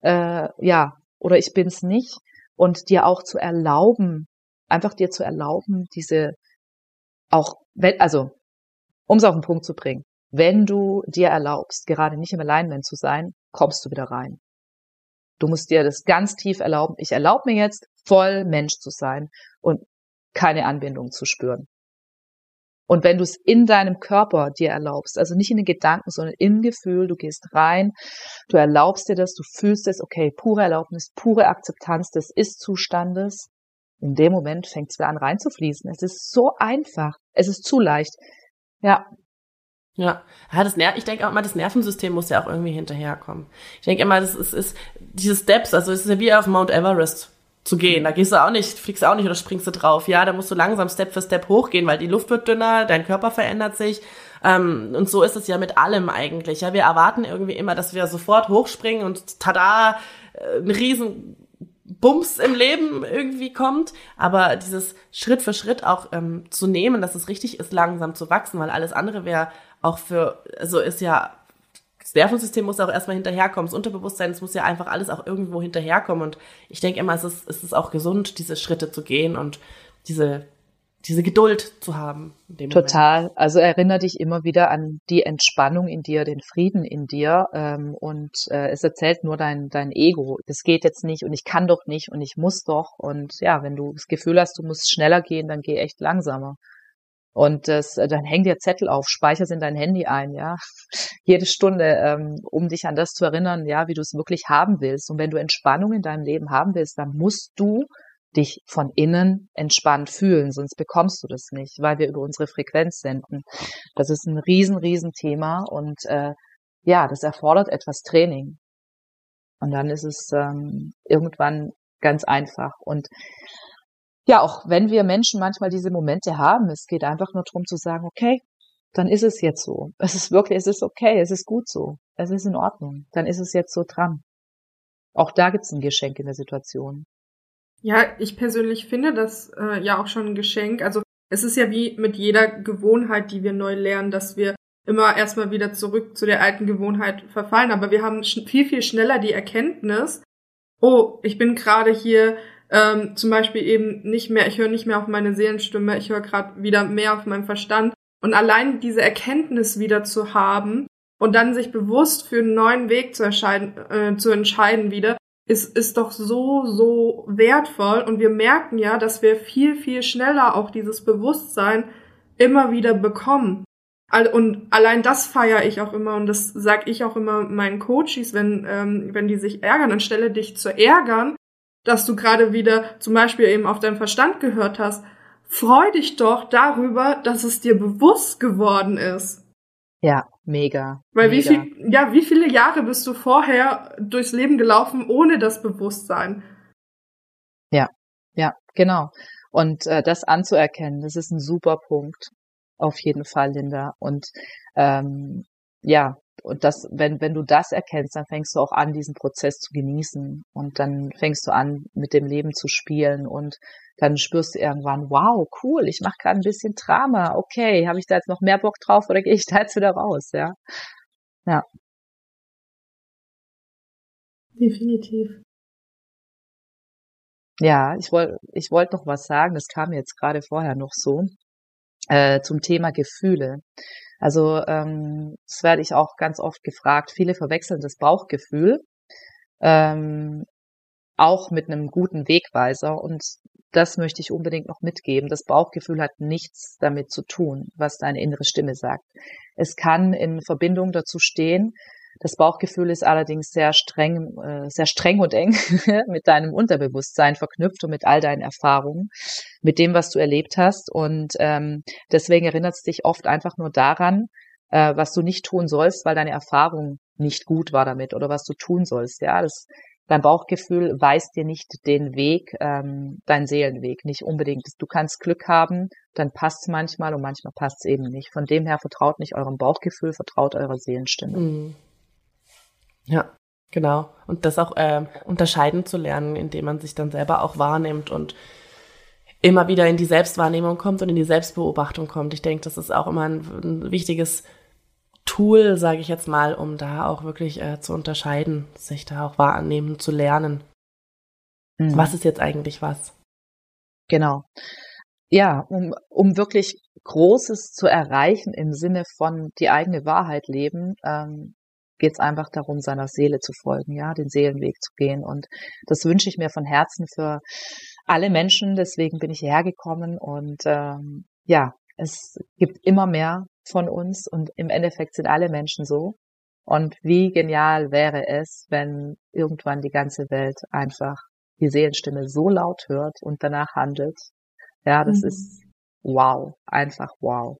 oder ich bin's nicht. Und dir auch zu erlauben, einfach dir zu erlauben, diese auch, um es auf den Punkt zu bringen, wenn du dir erlaubst, gerade nicht im Alignment zu sein, kommst du wieder rein. Du musst dir das ganz tief erlauben. Ich erlaube mir jetzt, voll Mensch zu sein und keine Anbindung zu spüren. Und wenn du es in deinem Körper dir erlaubst, also nicht in den Gedanken, sondern im Gefühl, du gehst rein, du erlaubst dir das, du fühlst es, okay, pure Erlaubnis, pure Akzeptanz des Ist-Zustandes, in dem Moment fängt es wieder an reinzufließen. Es ist so einfach, es ist zu leicht. Ja, ich denke auch immer, das Nervensystem muss ja auch irgendwie hinterherkommen. Ich denke immer, das ist diese Steps, also es ist ja wie auf Mount Everest zu gehen. Da fliegst du auch nicht oder springst du drauf. Ja, da musst du langsam Step für Step hochgehen, weil die Luft wird dünner, dein Körper verändert sich. Und so ist es ja mit allem eigentlich. Ja, wir erwarten irgendwie immer, dass wir sofort hochspringen und tada, ein riesen Bums im Leben irgendwie kommt, aber dieses Schritt für Schritt auch zu nehmen, dass es richtig ist, langsam zu wachsen, weil alles andere wäre auch das Nervensystem muss auch erstmal hinterherkommen, das Unterbewusstsein, es muss ja einfach alles auch irgendwo hinterherkommen und ich denke immer, es ist auch gesund, diese Schritte zu gehen und diese Geduld zu haben. In dem total. Moment. Also erinnere dich immer wieder an die Entspannung in dir, den Frieden in dir es erzählt nur dein Ego. Das geht jetzt nicht und ich kann doch nicht und ich muss doch und ja, wenn du das Gefühl hast, du musst schneller gehen, dann geh echt langsamer. Und dann häng dir Zettel auf, speicher's in dein Handy ein, ja, jede Stunde, um dich an das zu erinnern, ja, wie du es wirklich haben willst. Und wenn du Entspannung in deinem Leben haben willst, dann musst du dich von innen entspannt fühlen, sonst bekommst du das nicht, weil wir über unsere Frequenz senden. Das ist ein riesen Thema und das erfordert etwas Training. Und dann ist es irgendwann ganz einfach. Und ja, auch wenn wir Menschen manchmal diese Momente haben, es geht einfach nur darum zu sagen, okay, dann ist es jetzt so. Es ist okay, es ist gut so, es ist in Ordnung, dann ist es jetzt so dran. Auch da gibt's ein Geschenk in der Situation. Ja, ich persönlich finde das ja auch schon ein Geschenk. Also es ist ja wie mit jeder Gewohnheit, die wir neu lernen, dass wir immer erstmal wieder zurück zu der alten Gewohnheit verfallen. Aber wir haben viel schneller die Erkenntnis, ich bin gerade hier zum Beispiel eben nicht mehr, ich höre nicht mehr auf meine Seelenstimme, ich höre gerade wieder mehr auf meinen Verstand. Und allein diese Erkenntnis wieder zu haben und dann sich bewusst für einen neuen Weg zu entscheiden wieder, ist doch so wertvoll. Und wir merken ja, dass wir viel schneller auch dieses Bewusstsein immer wieder bekommen. Und allein das feiere ich auch immer und das sage ich auch immer meinen Coaches, wenn die sich ärgern, anstelle dich zu ärgern, dass du gerade wieder zum Beispiel eben auf deinen Verstand gehört hast, freu dich doch darüber, dass es dir bewusst geworden ist. Ja, mega. Weil wie viele Jahre bist du vorher durchs Leben gelaufen ohne das Bewusstsein? Ja, genau. Und das anzuerkennen, das ist ein super Punkt. Auf jeden Fall, Linda. Und und das, wenn du das erkennst, dann fängst du auch an, diesen Prozess zu genießen. Und dann fängst du an, mit dem Leben zu spielen. Und dann spürst du irgendwann, wow, cool, ich mache gerade ein bisschen Drama. Okay, habe ich da jetzt noch mehr Bock drauf oder gehe ich da jetzt wieder raus? Ja. Ja. Definitiv. Ja, ich wollte noch was sagen, das kam jetzt gerade vorher noch so, zum Thema Gefühle. Also das werde ich auch ganz oft gefragt. Viele verwechseln das Bauchgefühl auch mit einem guten Wegweiser. Und das möchte ich unbedingt noch mitgeben. Das Bauchgefühl hat nichts damit zu tun, was deine innere Stimme sagt. Es kann in Verbindung dazu stehen. Das Bauchgefühl ist allerdings sehr streng und eng mit deinem Unterbewusstsein verknüpft und mit all deinen Erfahrungen, mit dem, was du erlebt hast. Und deswegen erinnert es dich oft einfach nur daran, was du nicht tun sollst, weil deine Erfahrung nicht gut war damit oder was du tun sollst. Ja, dein Bauchgefühl weist dir nicht den Weg, deinen Seelenweg, nicht unbedingt. Du kannst Glück haben, dann passt es manchmal und manchmal passt es eben nicht. Von dem her vertraut nicht eurem Bauchgefühl, vertraut eurer Seelenstimme. Mhm. Ja, genau. Und das auch unterscheiden zu lernen, indem man sich dann selber auch wahrnimmt und immer wieder in die Selbstwahrnehmung kommt und in die Selbstbeobachtung kommt. Ich denke, das ist auch immer ein wichtiges Tool, sage ich jetzt mal, um da auch wirklich zu unterscheiden, sich da auch wahrnehmen zu lernen. Mhm. Was ist jetzt eigentlich was? Genau. Ja, um wirklich Großes zu erreichen im Sinne von die eigene Wahrheit leben, geht es einfach darum, seiner Seele zu folgen, ja, den Seelenweg zu gehen. Und das wünsche ich mir von Herzen für alle Menschen. Deswegen bin ich hierher gekommen und ja, es gibt immer mehr von uns und im Endeffekt sind alle Menschen so. Und wie genial wäre es, wenn irgendwann die ganze Welt einfach die Seelenstimme so laut hört und danach handelt. Ja, das ist wow, einfach wow.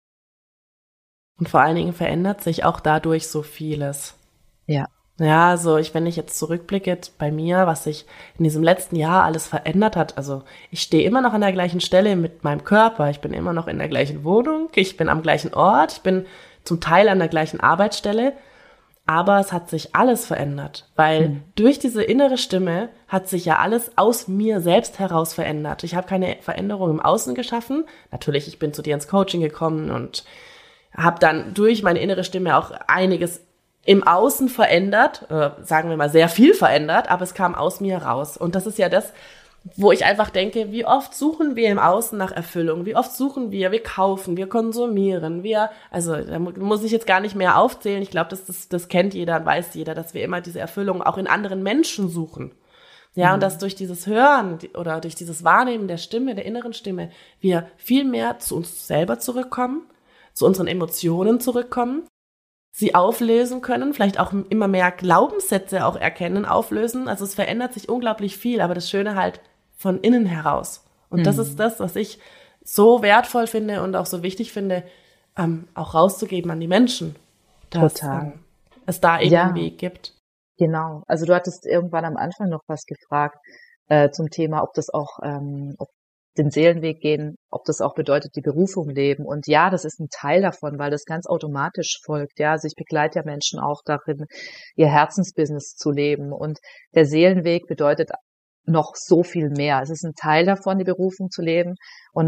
Und vor allen Dingen verändert sich auch dadurch so vieles. Ja. Ja, also wenn ich jetzt zurückblicke bei mir, was sich in diesem letzten Jahr alles verändert hat, also ich stehe immer noch an der gleichen Stelle mit meinem Körper, ich bin immer noch in der gleichen Wohnung, ich bin am gleichen Ort, ich bin zum Teil an der gleichen Arbeitsstelle, aber es hat sich alles verändert, weil durch diese innere Stimme hat sich ja alles aus mir selbst heraus verändert. Ich habe keine Veränderung im Außen geschaffen. Natürlich, ich bin zu dir ins Coaching gekommen und habe dann durch meine innere Stimme auch einiges im Außen verändert, sagen wir mal sehr viel verändert, aber es kam aus mir raus. Und das ist ja das, wo ich einfach denke, wie oft suchen wir im Außen nach Erfüllung, wie oft suchen wir kaufen, wir konsumieren, also da muss ich jetzt gar nicht mehr aufzählen, ich glaube, das kennt jeder und weiß jeder, dass wir immer diese Erfüllung auch in anderen Menschen suchen. Ja, und dass durch dieses Hören oder durch dieses Wahrnehmen der Stimme, der inneren Stimme, wir viel mehr zu uns selber zurückkommen, zu unseren Emotionen zurückkommen, sie auflösen können, vielleicht auch immer mehr Glaubenssätze auch erkennen, auflösen. Also es verändert sich unglaublich viel, aber das Schöne halt von innen heraus. Und das ist das, was ich so wertvoll finde und auch so wichtig finde, auch rauszugeben an die Menschen. Dass es da eben einen Weg gibt. Genau. Also du hattest irgendwann am Anfang noch was gefragt zum Thema, ob das auch ob den Seelenweg gehen, ob das auch bedeutet, die Berufung leben. Und ja, das ist ein Teil davon, weil das ganz automatisch folgt. Ja, also ich begleite ja Menschen auch darin, ihr Herzensbusiness zu leben. Und der Seelenweg bedeutet noch so viel mehr. Es ist ein Teil davon, die Berufung zu leben. Und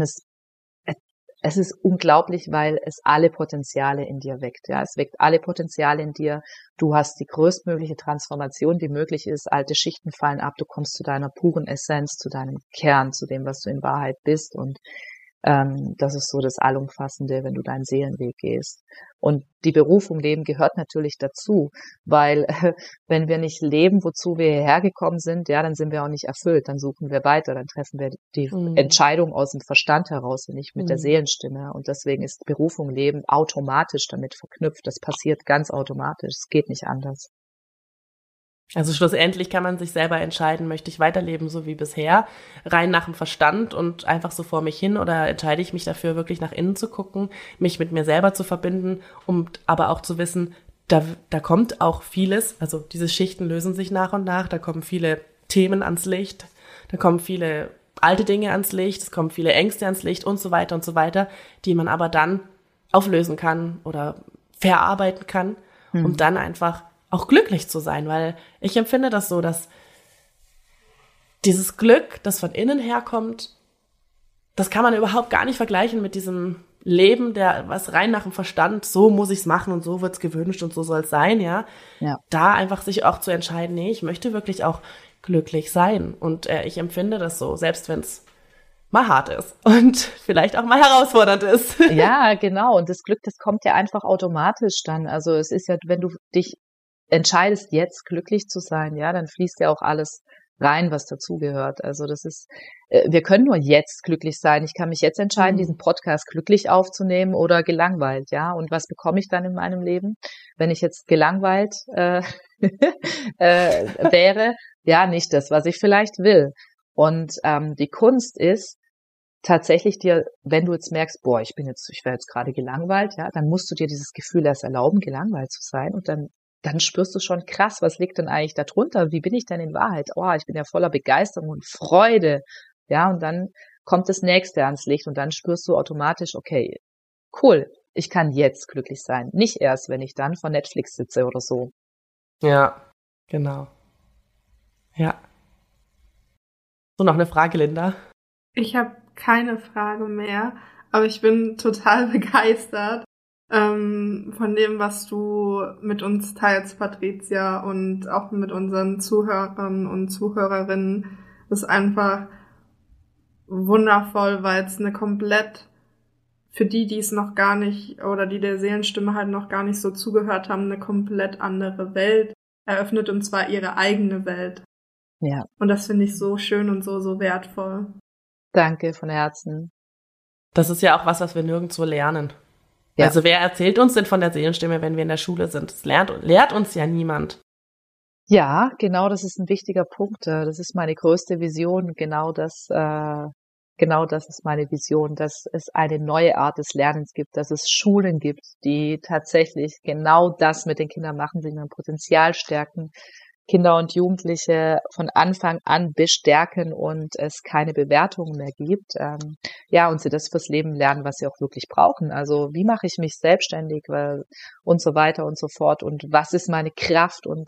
es ist unglaublich, weil es alle Potenziale in dir weckt. Ja, es weckt alle Potenziale in dir. Du hast die größtmögliche Transformation, die möglich ist. Alte Schichten fallen ab. Du kommst zu deiner puren Essenz, zu deinem Kern, zu dem, was du in Wahrheit bist. Und das ist so das Allumfassende, wenn du deinen Seelenweg gehst. Und die Berufung leben gehört natürlich dazu, weil wenn wir nicht leben, wozu wir hierher gekommen sind, ja, dann sind wir auch nicht erfüllt, dann suchen wir weiter, dann treffen wir die Entscheidung aus dem Verstand heraus und nicht mit der Seelenstimme. Und deswegen ist Berufung leben automatisch damit verknüpft. Das passiert ganz automatisch. Es geht nicht anders. Also schlussendlich kann man sich selber entscheiden, möchte ich weiterleben so wie bisher, rein nach dem Verstand und einfach so vor mich hin, oder entscheide ich mich dafür, wirklich nach innen zu gucken, mich mit mir selber zu verbinden, um aber auch zu wissen, da kommt auch vieles, also diese Schichten lösen sich nach und nach, da kommen viele Themen ans Licht, da kommen viele alte Dinge ans Licht, es kommen viele Ängste ans Licht und so weiter, die man aber dann auflösen kann oder verarbeiten kann, um dann einfach auch glücklich zu sein, weil ich empfinde das so, dass dieses Glück, das von innen herkommt, das kann man überhaupt gar nicht vergleichen mit diesem Leben, was rein nach dem Verstand, so muss ich's machen und so wird's gewünscht und so soll's sein, ja. Da einfach sich auch zu entscheiden, nee, ich möchte wirklich auch glücklich sein, und ich empfinde das so, selbst wenn's mal hart ist und vielleicht auch mal herausfordernd ist. Ja, genau, und das Glück, das kommt ja einfach automatisch dann, also es ist ja, wenn du dich entscheidest, jetzt glücklich zu sein, ja, dann fließt ja auch alles rein, was dazugehört. Also das ist, wir können nur jetzt glücklich sein. Ich kann mich jetzt entscheiden, diesen Podcast glücklich aufzunehmen oder gelangweilt, ja. Und was bekomme ich dann in meinem Leben, wenn ich jetzt gelangweilt wäre? Ja, nicht das, was ich vielleicht will. Und die Kunst ist tatsächlich dir, wenn du jetzt merkst, boah, ich wäre jetzt gerade gelangweilt, ja, dann musst du dir dieses Gefühl erst erlauben, gelangweilt zu sein, und dann spürst du schon, krass, was liegt denn eigentlich da drunter? Wie bin ich denn in Wahrheit? Oh, ich bin ja voller Begeisterung und Freude. Ja, und dann kommt das Nächste ans Licht und dann spürst du automatisch, okay, cool, ich kann jetzt glücklich sein. Nicht erst, wenn ich dann vor Netflix sitze oder so. Ja, genau. Ja. So, noch eine Frage, Linda? Ich habe keine Frage mehr, aber ich bin total begeistert von dem, was du mit uns teilst, Patricia, und auch mit unseren Zuhörern und Zuhörerinnen. Das ist einfach wundervoll, weil es eine komplett, für die es noch gar nicht, oder die der Seelenstimme halt noch gar nicht so zugehört haben, eine komplett andere Welt eröffnet, und zwar ihre eigene Welt. Ja. Und das finde ich so schön und so wertvoll. Danke von Herzen. Das ist ja auch was wir nirgendwo lernen. Ja. Also wer erzählt uns denn von der Seelenstimme, wenn wir in der Schule sind? Das lehrt uns ja niemand. Ja, genau, das ist ein wichtiger Punkt. Das ist meine größte Vision. Genau das ist meine Vision, dass es eine neue Art des Lernens gibt, dass es Schulen gibt, die tatsächlich genau das mit den Kindern machen, sie ein Potenzial stärken, Kinder und Jugendliche von Anfang an bestärken und es keine Bewertungen mehr gibt. Und sie das fürs Leben lernen, was sie auch wirklich brauchen. Also wie mache ich mich selbstständig und so weiter und so fort, und was ist meine Kraft und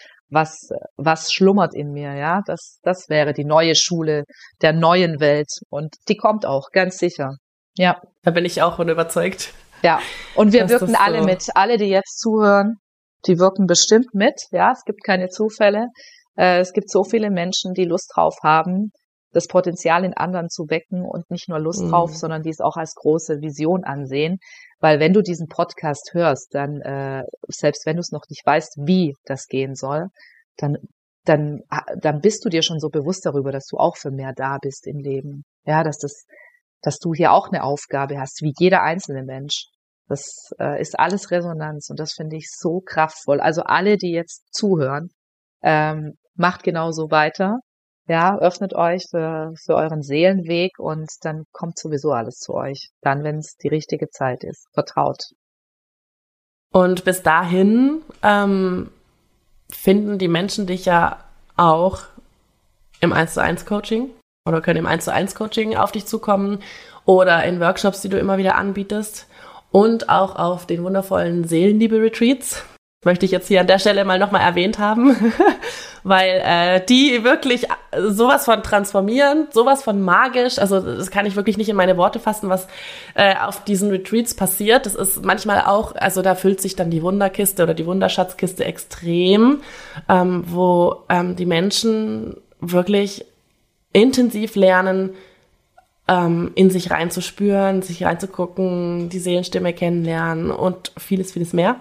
was schlummert in mir, ja? Das wäre die neue Schule der neuen Welt, und die kommt auch, ganz sicher. Ja. Da bin ich auch von überzeugt. Ja, und wir wirken alle mit, alle, die jetzt zuhören, die wirken bestimmt mit, ja, es gibt keine Zufälle. Es gibt so viele Menschen, die Lust drauf haben, das Potenzial in anderen zu wecken, und nicht nur Lust drauf, sondern die es auch als große Vision ansehen. Weil wenn du diesen Podcast hörst, dann, selbst wenn du es noch nicht weißt, wie das gehen soll, dann bist du dir schon so bewusst darüber, dass du auch für mehr da bist im Leben. Ja, dass du hier auch eine Aufgabe hast, wie jeder einzelne Mensch. Das ist alles Resonanz, und das finde ich so kraftvoll. Also alle, die jetzt zuhören, macht genauso weiter. Ja, öffnet euch für euren Seelenweg, und dann kommt sowieso alles zu euch. Dann, wenn es die richtige Zeit ist. Vertraut. Und bis dahin finden die Menschen dich ja auch im 1:1 Coaching oder können im 1:1 Coaching auf dich zukommen oder in Workshops, die du immer wieder anbietest, und auch auf den wundervollen Seelenliebe-Retreats. Möchte ich jetzt hier an der Stelle mal nochmal erwähnt haben, weil die wirklich sowas von transformieren, sowas von magisch, also das kann ich wirklich nicht in meine Worte fassen, was auf diesen Retreats passiert. Das ist manchmal auch, also da füllt sich dann die Wunderkiste oder die Wunderschatzkiste extrem, wo die Menschen wirklich intensiv lernen, in sich reinzuspüren, sich reinzugucken, die Seelenstimme kennenlernen und vieles, vieles mehr.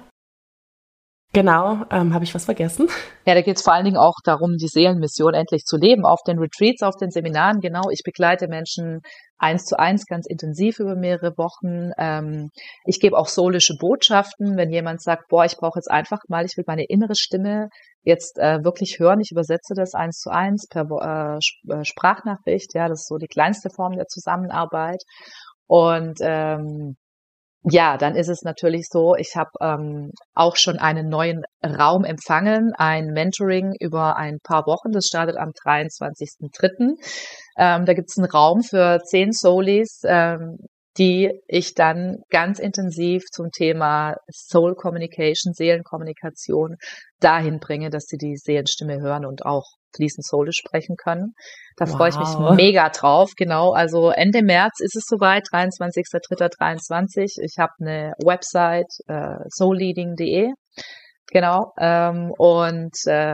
Genau, habe ich was vergessen? Ja, da geht es vor allen Dingen auch darum, die Seelenmission endlich zu leben. Auf den Retreats, auf den Seminaren, genau. Ich begleite Menschen 1:1 ganz intensiv über mehrere Wochen. Ich gebe auch soulische Botschaften, wenn jemand sagt, boah, ich brauche jetzt einfach mal, ich will meine innere Stimme jetzt wirklich hören. Ich übersetze das 1:1 per Sprachnachricht. Ja, das ist so die kleinste Form der Zusammenarbeit. Und dann ist es natürlich so, ich habe auch schon einen neuen Raum empfangen, ein Mentoring über ein paar Wochen, das startet am 23.03. Da gibt es einen Raum für 10 Soulies, die ich dann ganz intensiv zum Thema Soul Communication, Seelenkommunikation dahin bringe, dass sie die Seelenstimme hören und auch fließend Soulisch sprechen können. Da freue ich mich mega drauf. Genau, also Ende März ist es soweit, 23.03.23. Ich habe eine Website, soulleading.de. Genau,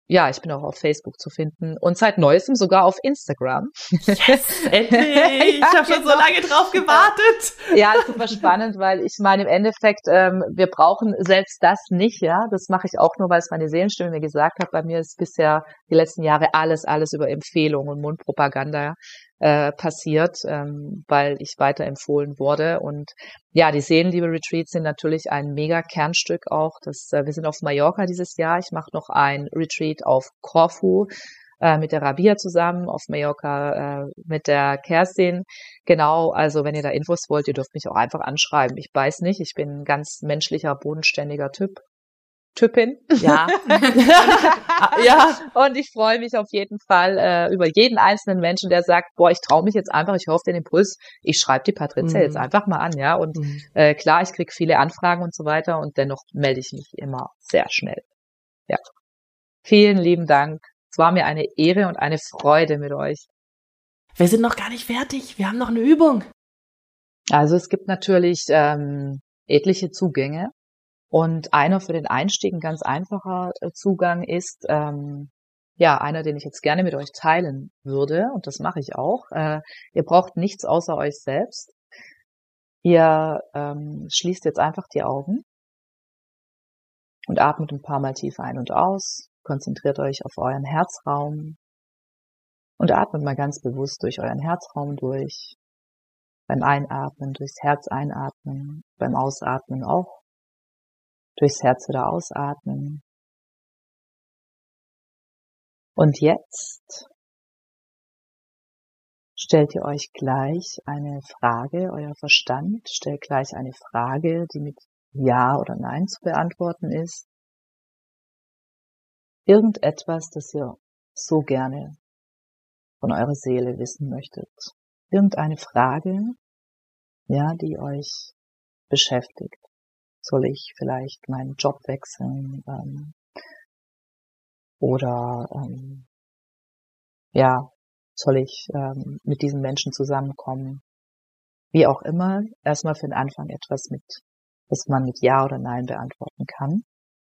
ja, ich bin auch auf Facebook zu finden und seit Neuestem sogar auf Instagram. Yes, endlich! Ich habe schon so lange drauf gewartet. Ja, super spannend, weil ich meine, im Endeffekt, wir brauchen selbst das nicht, ja. Das mache ich auch nur, weil es meine Seelenstimme mir gesagt hat. Bei mir ist bisher die letzten Jahre alles über Empfehlung und Mundpropaganda passiert, weil ich weiterempfohlen wurde. Und ja, die Seelenliebe-Retreats sind natürlich ein mega Kernstück auch. Wir sind auf Mallorca dieses Jahr. Ich mache noch ein Retreat auf Korfu mit der Rabia zusammen, auf Mallorca mit der Kerstin. Genau, also wenn ihr da Infos wollt, ihr dürft mich auch einfach anschreiben. Ich weiß nicht, ich bin ein ganz menschlicher, bodenständiger Typin. Ja. Ja. Und ich freue mich auf jeden Fall über jeden einzelnen Menschen, der sagt, boah, ich traue mich jetzt einfach, ich hoffe den Impuls, ich schreibe die Patricia jetzt einfach mal an, ja. Und klar, ich kriege viele Anfragen und so weiter und dennoch melde ich mich immer sehr schnell. Ja. Vielen lieben Dank. Es war mir eine Ehre und eine Freude mit euch. Wir sind noch gar nicht fertig. Wir haben noch eine Übung. Also es gibt natürlich etliche Zugänge. Und einer für den Einstieg, ein ganz einfacher Zugang ist, einer, den ich jetzt gerne mit euch teilen würde, und das mache ich auch. Ihr braucht nichts außer euch selbst. Ihr schließt jetzt einfach die Augen und atmet ein paar Mal tief ein und aus. Konzentriert euch auf euren Herzraum und atmet mal ganz bewusst durch euren Herzraum durch. Beim Einatmen durchs Herz einatmen, beim Ausatmen auch durchs Herz wieder ausatmen. Und jetzt stellt ihr euch gleich eine Frage, euer Verstand stellt gleich eine Frage, die mit Ja oder Nein zu beantworten ist. Irgendetwas, das ihr so gerne von eurer Seele wissen möchtet. Irgendeine Frage, ja, die euch beschäftigt. Soll ich vielleicht meinen Job wechseln? Soll ich mit diesen Menschen zusammenkommen? Wie auch immer, erstmal für den Anfang etwas das man mit Ja oder Nein beantworten kann.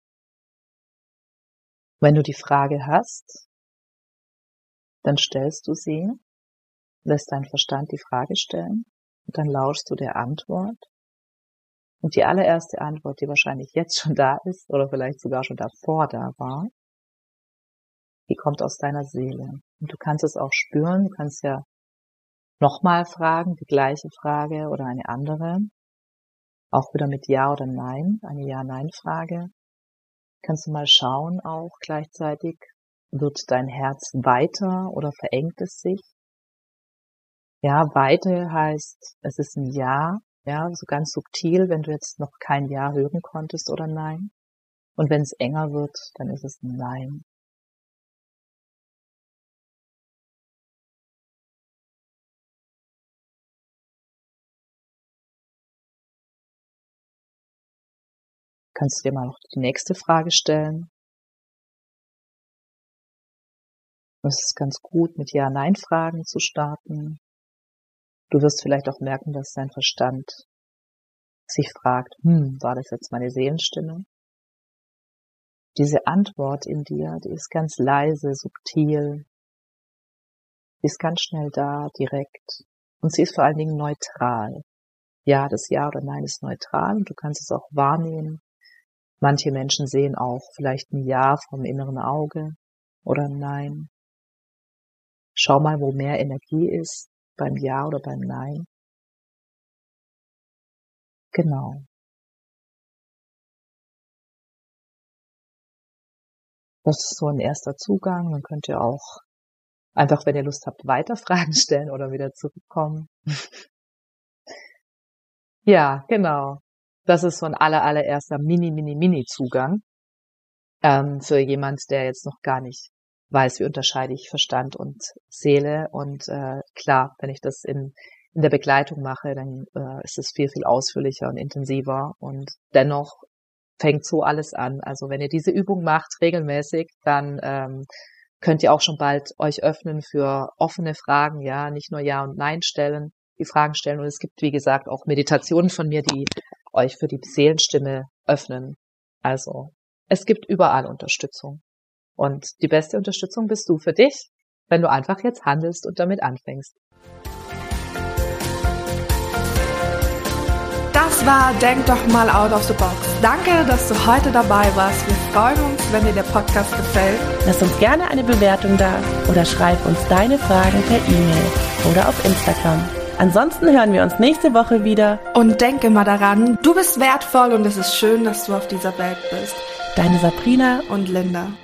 Wenn du die Frage hast, dann stellst du sie, lässt deinen Verstand die Frage stellen und dann lauschst du der Antwort. Und die allererste Antwort, die wahrscheinlich jetzt schon da ist oder vielleicht sogar schon davor da war, die kommt aus deiner Seele. Und du kannst es auch spüren, du kannst ja nochmal fragen, die gleiche Frage oder eine andere, auch wieder mit Ja oder Nein, eine Ja-Nein-Frage. Kannst du mal schauen auch gleichzeitig, wird dein Herz weiter oder verengt es sich? Ja, Weite heißt, es ist ein Ja. Ja, so ganz subtil, wenn du jetzt noch kein Ja hören konntest oder Nein. Und wenn es enger wird, dann ist es ein Nein. Kannst du dir mal noch die nächste Frage stellen. Es ist ganz gut, mit Ja-Nein-Fragen zu starten. Du wirst vielleicht auch merken, dass dein Verstand sich fragt, war das jetzt meine Seelenstimme? Diese Antwort in dir, die ist ganz leise, subtil, die ist ganz schnell da, direkt und sie ist vor allen Dingen neutral. Ja, das Ja oder Nein ist neutral und du kannst es auch wahrnehmen. Manche Menschen sehen auch vielleicht ein Ja vom inneren Auge oder ein Nein. Schau mal, wo mehr Energie ist, beim Ja oder beim Nein. Genau. Das ist so ein erster Zugang. Dann könnt ihr auch einfach, wenn ihr Lust habt, weiter Fragen stellen oder wieder zurückkommen. Ja, genau. Das ist so ein allererster Mini-Zugang für jemand, der jetzt noch gar nicht weiß, wie unterscheide ich Verstand und Seele. Und klar, wenn ich das in der Begleitung mache, dann ist es viel, viel ausführlicher und intensiver. Und dennoch fängt so alles an. Also wenn ihr diese Übung macht regelmäßig, dann könnt ihr auch schon bald euch öffnen für offene Fragen, ja, nicht nur Ja und Nein stellen, die Fragen stellen. Und es gibt, wie gesagt, auch Meditationen von mir, die euch für die Seelenstimme öffnen. Also es gibt überall Unterstützung. Und die beste Unterstützung bist du für dich, wenn du einfach jetzt handelst und damit anfängst. Das war Denk doch mal out of the box. Danke, dass du heute dabei warst. Wir freuen uns, wenn dir der Podcast gefällt. Lass uns gerne eine Bewertung da oder schreib uns deine Fragen per E-Mail oder auf Instagram. Ansonsten hören wir uns nächste Woche wieder. Und denk immer daran, du bist wertvoll und es ist schön, dass du auf dieser Welt bist. Deine Sabrina und Linda.